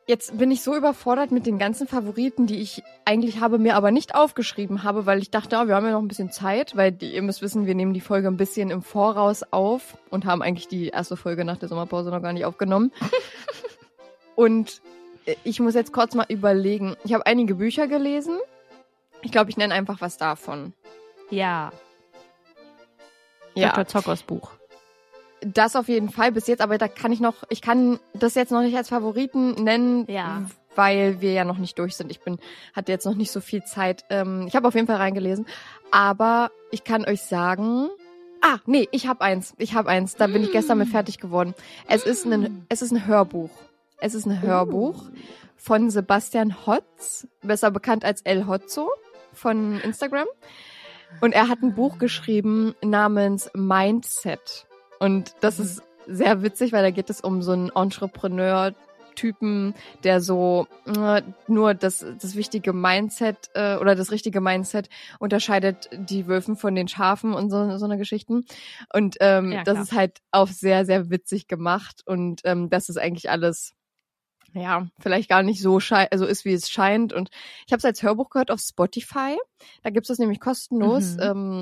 Jetzt bin ich so überfordert mit den ganzen Favoriten, die ich eigentlich habe, mir aber nicht aufgeschrieben habe, weil ich dachte, wir haben ja noch ein bisschen Zeit, weil ihr müsst wissen, wir nehmen die Folge ein bisschen im Voraus auf und haben eigentlich die erste Folge nach der Sommerpause noch gar nicht aufgenommen. Und ich muss jetzt kurz mal überlegen. Ich habe einige Bücher gelesen. Ich glaube, ich nenne einfach was davon. Ja. Ja. Dr. Zockers Buch. Das auf jeden Fall bis jetzt, aber ich kann das jetzt noch nicht als Favoriten nennen, weil wir ja noch nicht durch sind. Hatte jetzt noch nicht so viel Zeit. Ich habe auf jeden Fall reingelesen, aber ich kann euch sagen, ich habe eins. Da bin ich gestern mit fertig geworden. Es ist ein Hörbuch. Es ist ein Hörbuch von Sebastian Hotz, besser bekannt als El Hotzo von Instagram. Und er hat ein Buch geschrieben namens Mindset. Und das ist sehr witzig, weil da geht es um so einen Entrepreneur-Typen, der so nur das wichtige Mindset oder das richtige Mindset unterscheidet die Wölfen von den Schafen und so eine Geschichten. Und das ist halt auch sehr, sehr witzig gemacht. Und das ist eigentlich alles, vielleicht gar nicht so ist, wie es scheint. Und ich habe es als Hörbuch gehört auf Spotify. Da gibt es das nämlich kostenlos,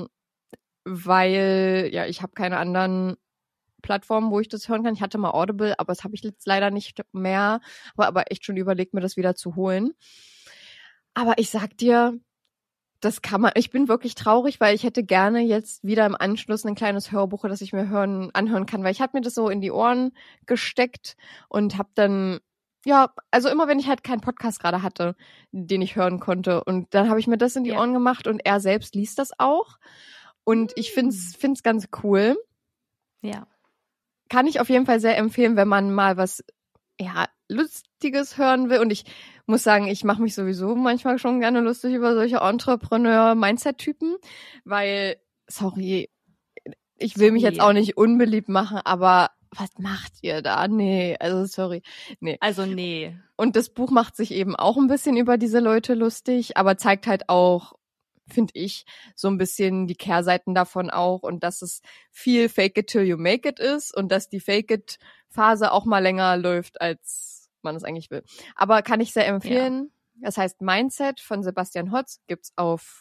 weil ich habe keine anderen Plattformen, wo ich das hören kann. Ich hatte mal Audible, aber das habe ich jetzt leider nicht mehr. Aber echt schon überlegt, mir das wieder zu holen. Aber ich sag dir, das kann man. Ich bin wirklich traurig, weil ich hätte gerne jetzt wieder im Anschluss ein kleines Hörbuch, das ich mir anhören kann, weil ich habe mir das so in die Ohren gesteckt und habe dann also immer wenn ich halt keinen Podcast gerade hatte, den ich hören konnte, und dann habe ich mir das in die Ohren gemacht und er selbst liest das auch und ich find's ganz cool. Ja. Kann ich auf jeden Fall sehr empfehlen, wenn man mal was Lustiges hören will. Und ich muss sagen, ich mache mich sowieso manchmal schon gerne lustig über solche Entrepreneur-Mindset-Typen, weil, ich will mich jetzt auch nicht unbeliebt machen, aber was macht ihr da? Nee. Und das Buch macht sich eben auch ein bisschen über diese Leute lustig, aber zeigt halt auch, finde ich, so ein bisschen die Kehrseiten davon auch und dass es viel Fake it till you make it ist und dass die Fake it Phase auch mal länger läuft, als man es eigentlich will. Aber kann ich sehr empfehlen. Ja. Das heißt Mindset von Sebastian Hotz, gibt's auf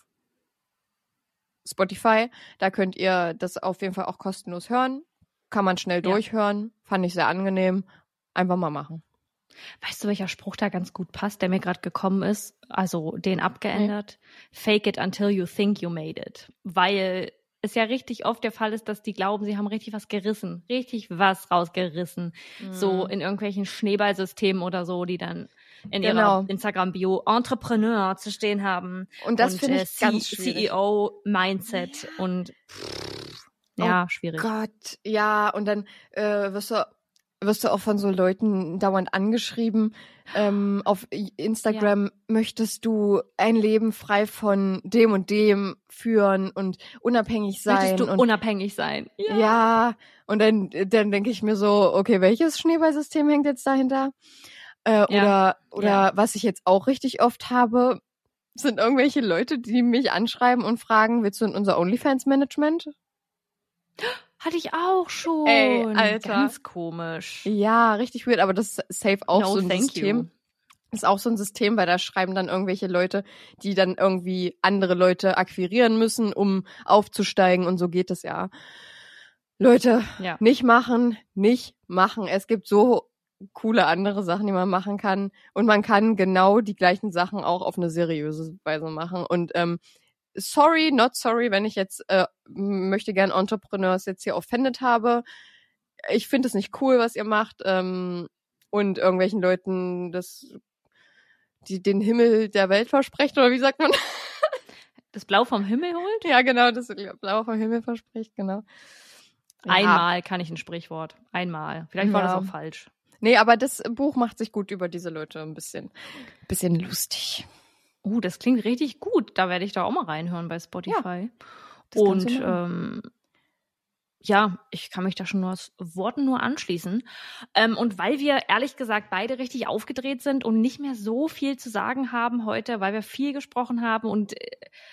Spotify. Da könnt ihr das auf jeden Fall auch kostenlos hören. Kann man schnell durchhören. Fand ich sehr angenehm. Einfach mal machen. Weißt du, welcher Spruch da ganz gut passt, der mir gerade gekommen ist? Also den abgeändert. Fake it until you think you made it. Weil es ja richtig oft der Fall ist, dass die glauben, sie haben richtig was rausgerissen. So in irgendwelchen Schneeballsystemen oder so, die dann in ihrer Instagram-Bio Entrepreneur zu stehen haben. Und das finde ich ganz schwierig. CEO-Mindset und schwierig. Oh Gott, ja, und dann wirst du auch von so Leuten dauernd angeschrieben. Auf Instagram möchtest du ein Leben frei von dem und dem führen und unabhängig sein. Möchtest du unabhängig sein? Ja, und dann denke ich mir so, okay, welches Schneeballsystem hängt jetzt dahinter? Oder was ich jetzt auch richtig oft habe, sind irgendwelche Leute, die mich anschreiben und fragen, willst du in unser OnlyFans-Management? Hatte ich auch schon. Ey, Alter. Ganz komisch. Ja, richtig weird, aber das ist safe auch so ein System. Das ist auch so ein System, weil da schreiben dann irgendwelche Leute, die dann irgendwie andere Leute akquirieren müssen, um aufzusteigen, und so geht es ja. Leute, nicht machen. Es gibt so coole andere Sachen, die man machen kann, und man kann genau die gleichen Sachen auch auf eine seriöse Weise machen. Und sorry, not sorry, wenn ich jetzt möchte gern Entrepreneurs jetzt hier offended habe. Ich finde es nicht cool, was ihr macht, und irgendwelchen Leuten die den Himmel der Welt versprecht, oder wie sagt man? Das Blau vom Himmel holt? Ja, genau, das Blau vom Himmel verspricht, genau. Ja. Einmal kann ich ein Sprichwort. Einmal. Vielleicht war das auch falsch. Nee, aber das Buch macht sich gut über diese Leute ein bisschen lustig. Das klingt richtig gut. Da werde ich da auch mal reinhören bei Spotify. Ja, und ich kann mich da schon aus Worten nur anschließen. Und weil wir ehrlich gesagt beide richtig aufgedreht sind und nicht mehr so viel zu sagen haben heute, weil wir viel gesprochen haben und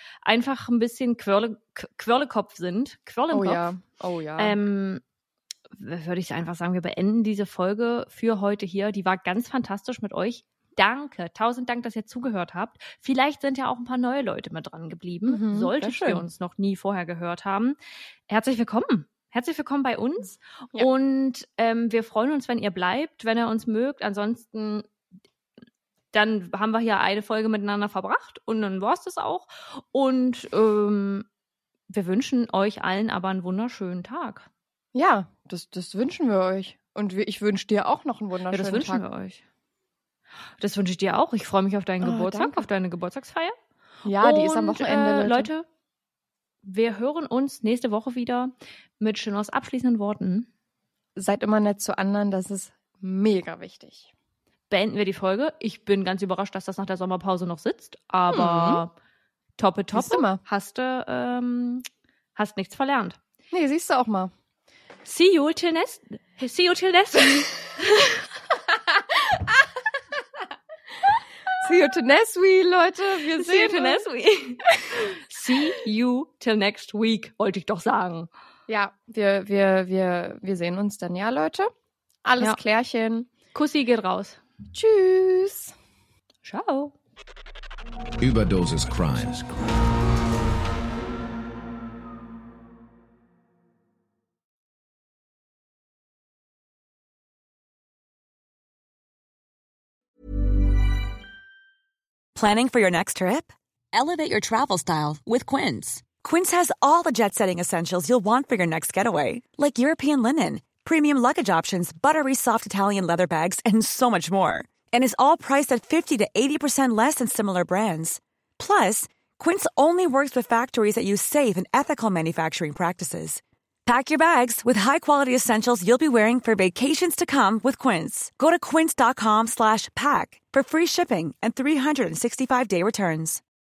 einfach ein bisschen Quirlekopf sind. Quirl im Kopf. Oh ja. würde ich einfach sagen, wir beenden diese Folge für heute hier. Die war ganz fantastisch mit euch. Danke, 1000 Dank, dass ihr zugehört habt. Vielleicht sind ja auch ein paar neue Leute mit dran geblieben, solltet ihr uns noch nie vorher gehört haben. Herzlich willkommen. Herzlich willkommen bei uns. Ja. Und wir freuen uns, wenn ihr bleibt, wenn ihr uns mögt. Ansonsten, dann haben wir hier eine Folge miteinander verbracht und dann war es das auch. Und wir wünschen euch allen aber einen wunderschönen Tag. Ja, das wünschen wir euch. Und ich wünsche dir auch noch einen wunderschönen Tag. Ja, das wünschen wir euch. Das wünsche ich dir auch. Ich freue mich auf deinen Geburtstag, danke. Auf deine Geburtstagsfeier. Ja, die ist am Wochenende, Leute, wir hören uns nächste Woche wieder mit Chinors abschließenden Worten. Seid immer nett zu anderen, das ist mega wichtig. Beenden wir die Folge. Ich bin ganz überrascht, dass das nach der Sommerpause noch sitzt, aber toppe. Hast nichts verlernt. Nee, siehst du auch mal. See you till next week. See you till next week, Leute. Wir sehen uns. See you till next week, wollte ich doch sagen. Ja, wir sehen uns dann, ja, Leute. Alles klärchen. Kussi geht raus. Tschüss. Ciao. Überdosis Crime. Planning for your next trip? Elevate your travel style with Quince. Quince has all the jet-setting essentials you'll want for your next getaway, like European linen, premium luggage options, buttery soft Italian leather bags, and so much more. And is all priced at 50 to 80% less than similar brands. Plus, Quince only works with factories that use safe and ethical manufacturing practices. Pack your bags with high-quality essentials you'll be wearing for vacations to come with Quince. Go to quince.com/pack for free shipping and 365-day returns.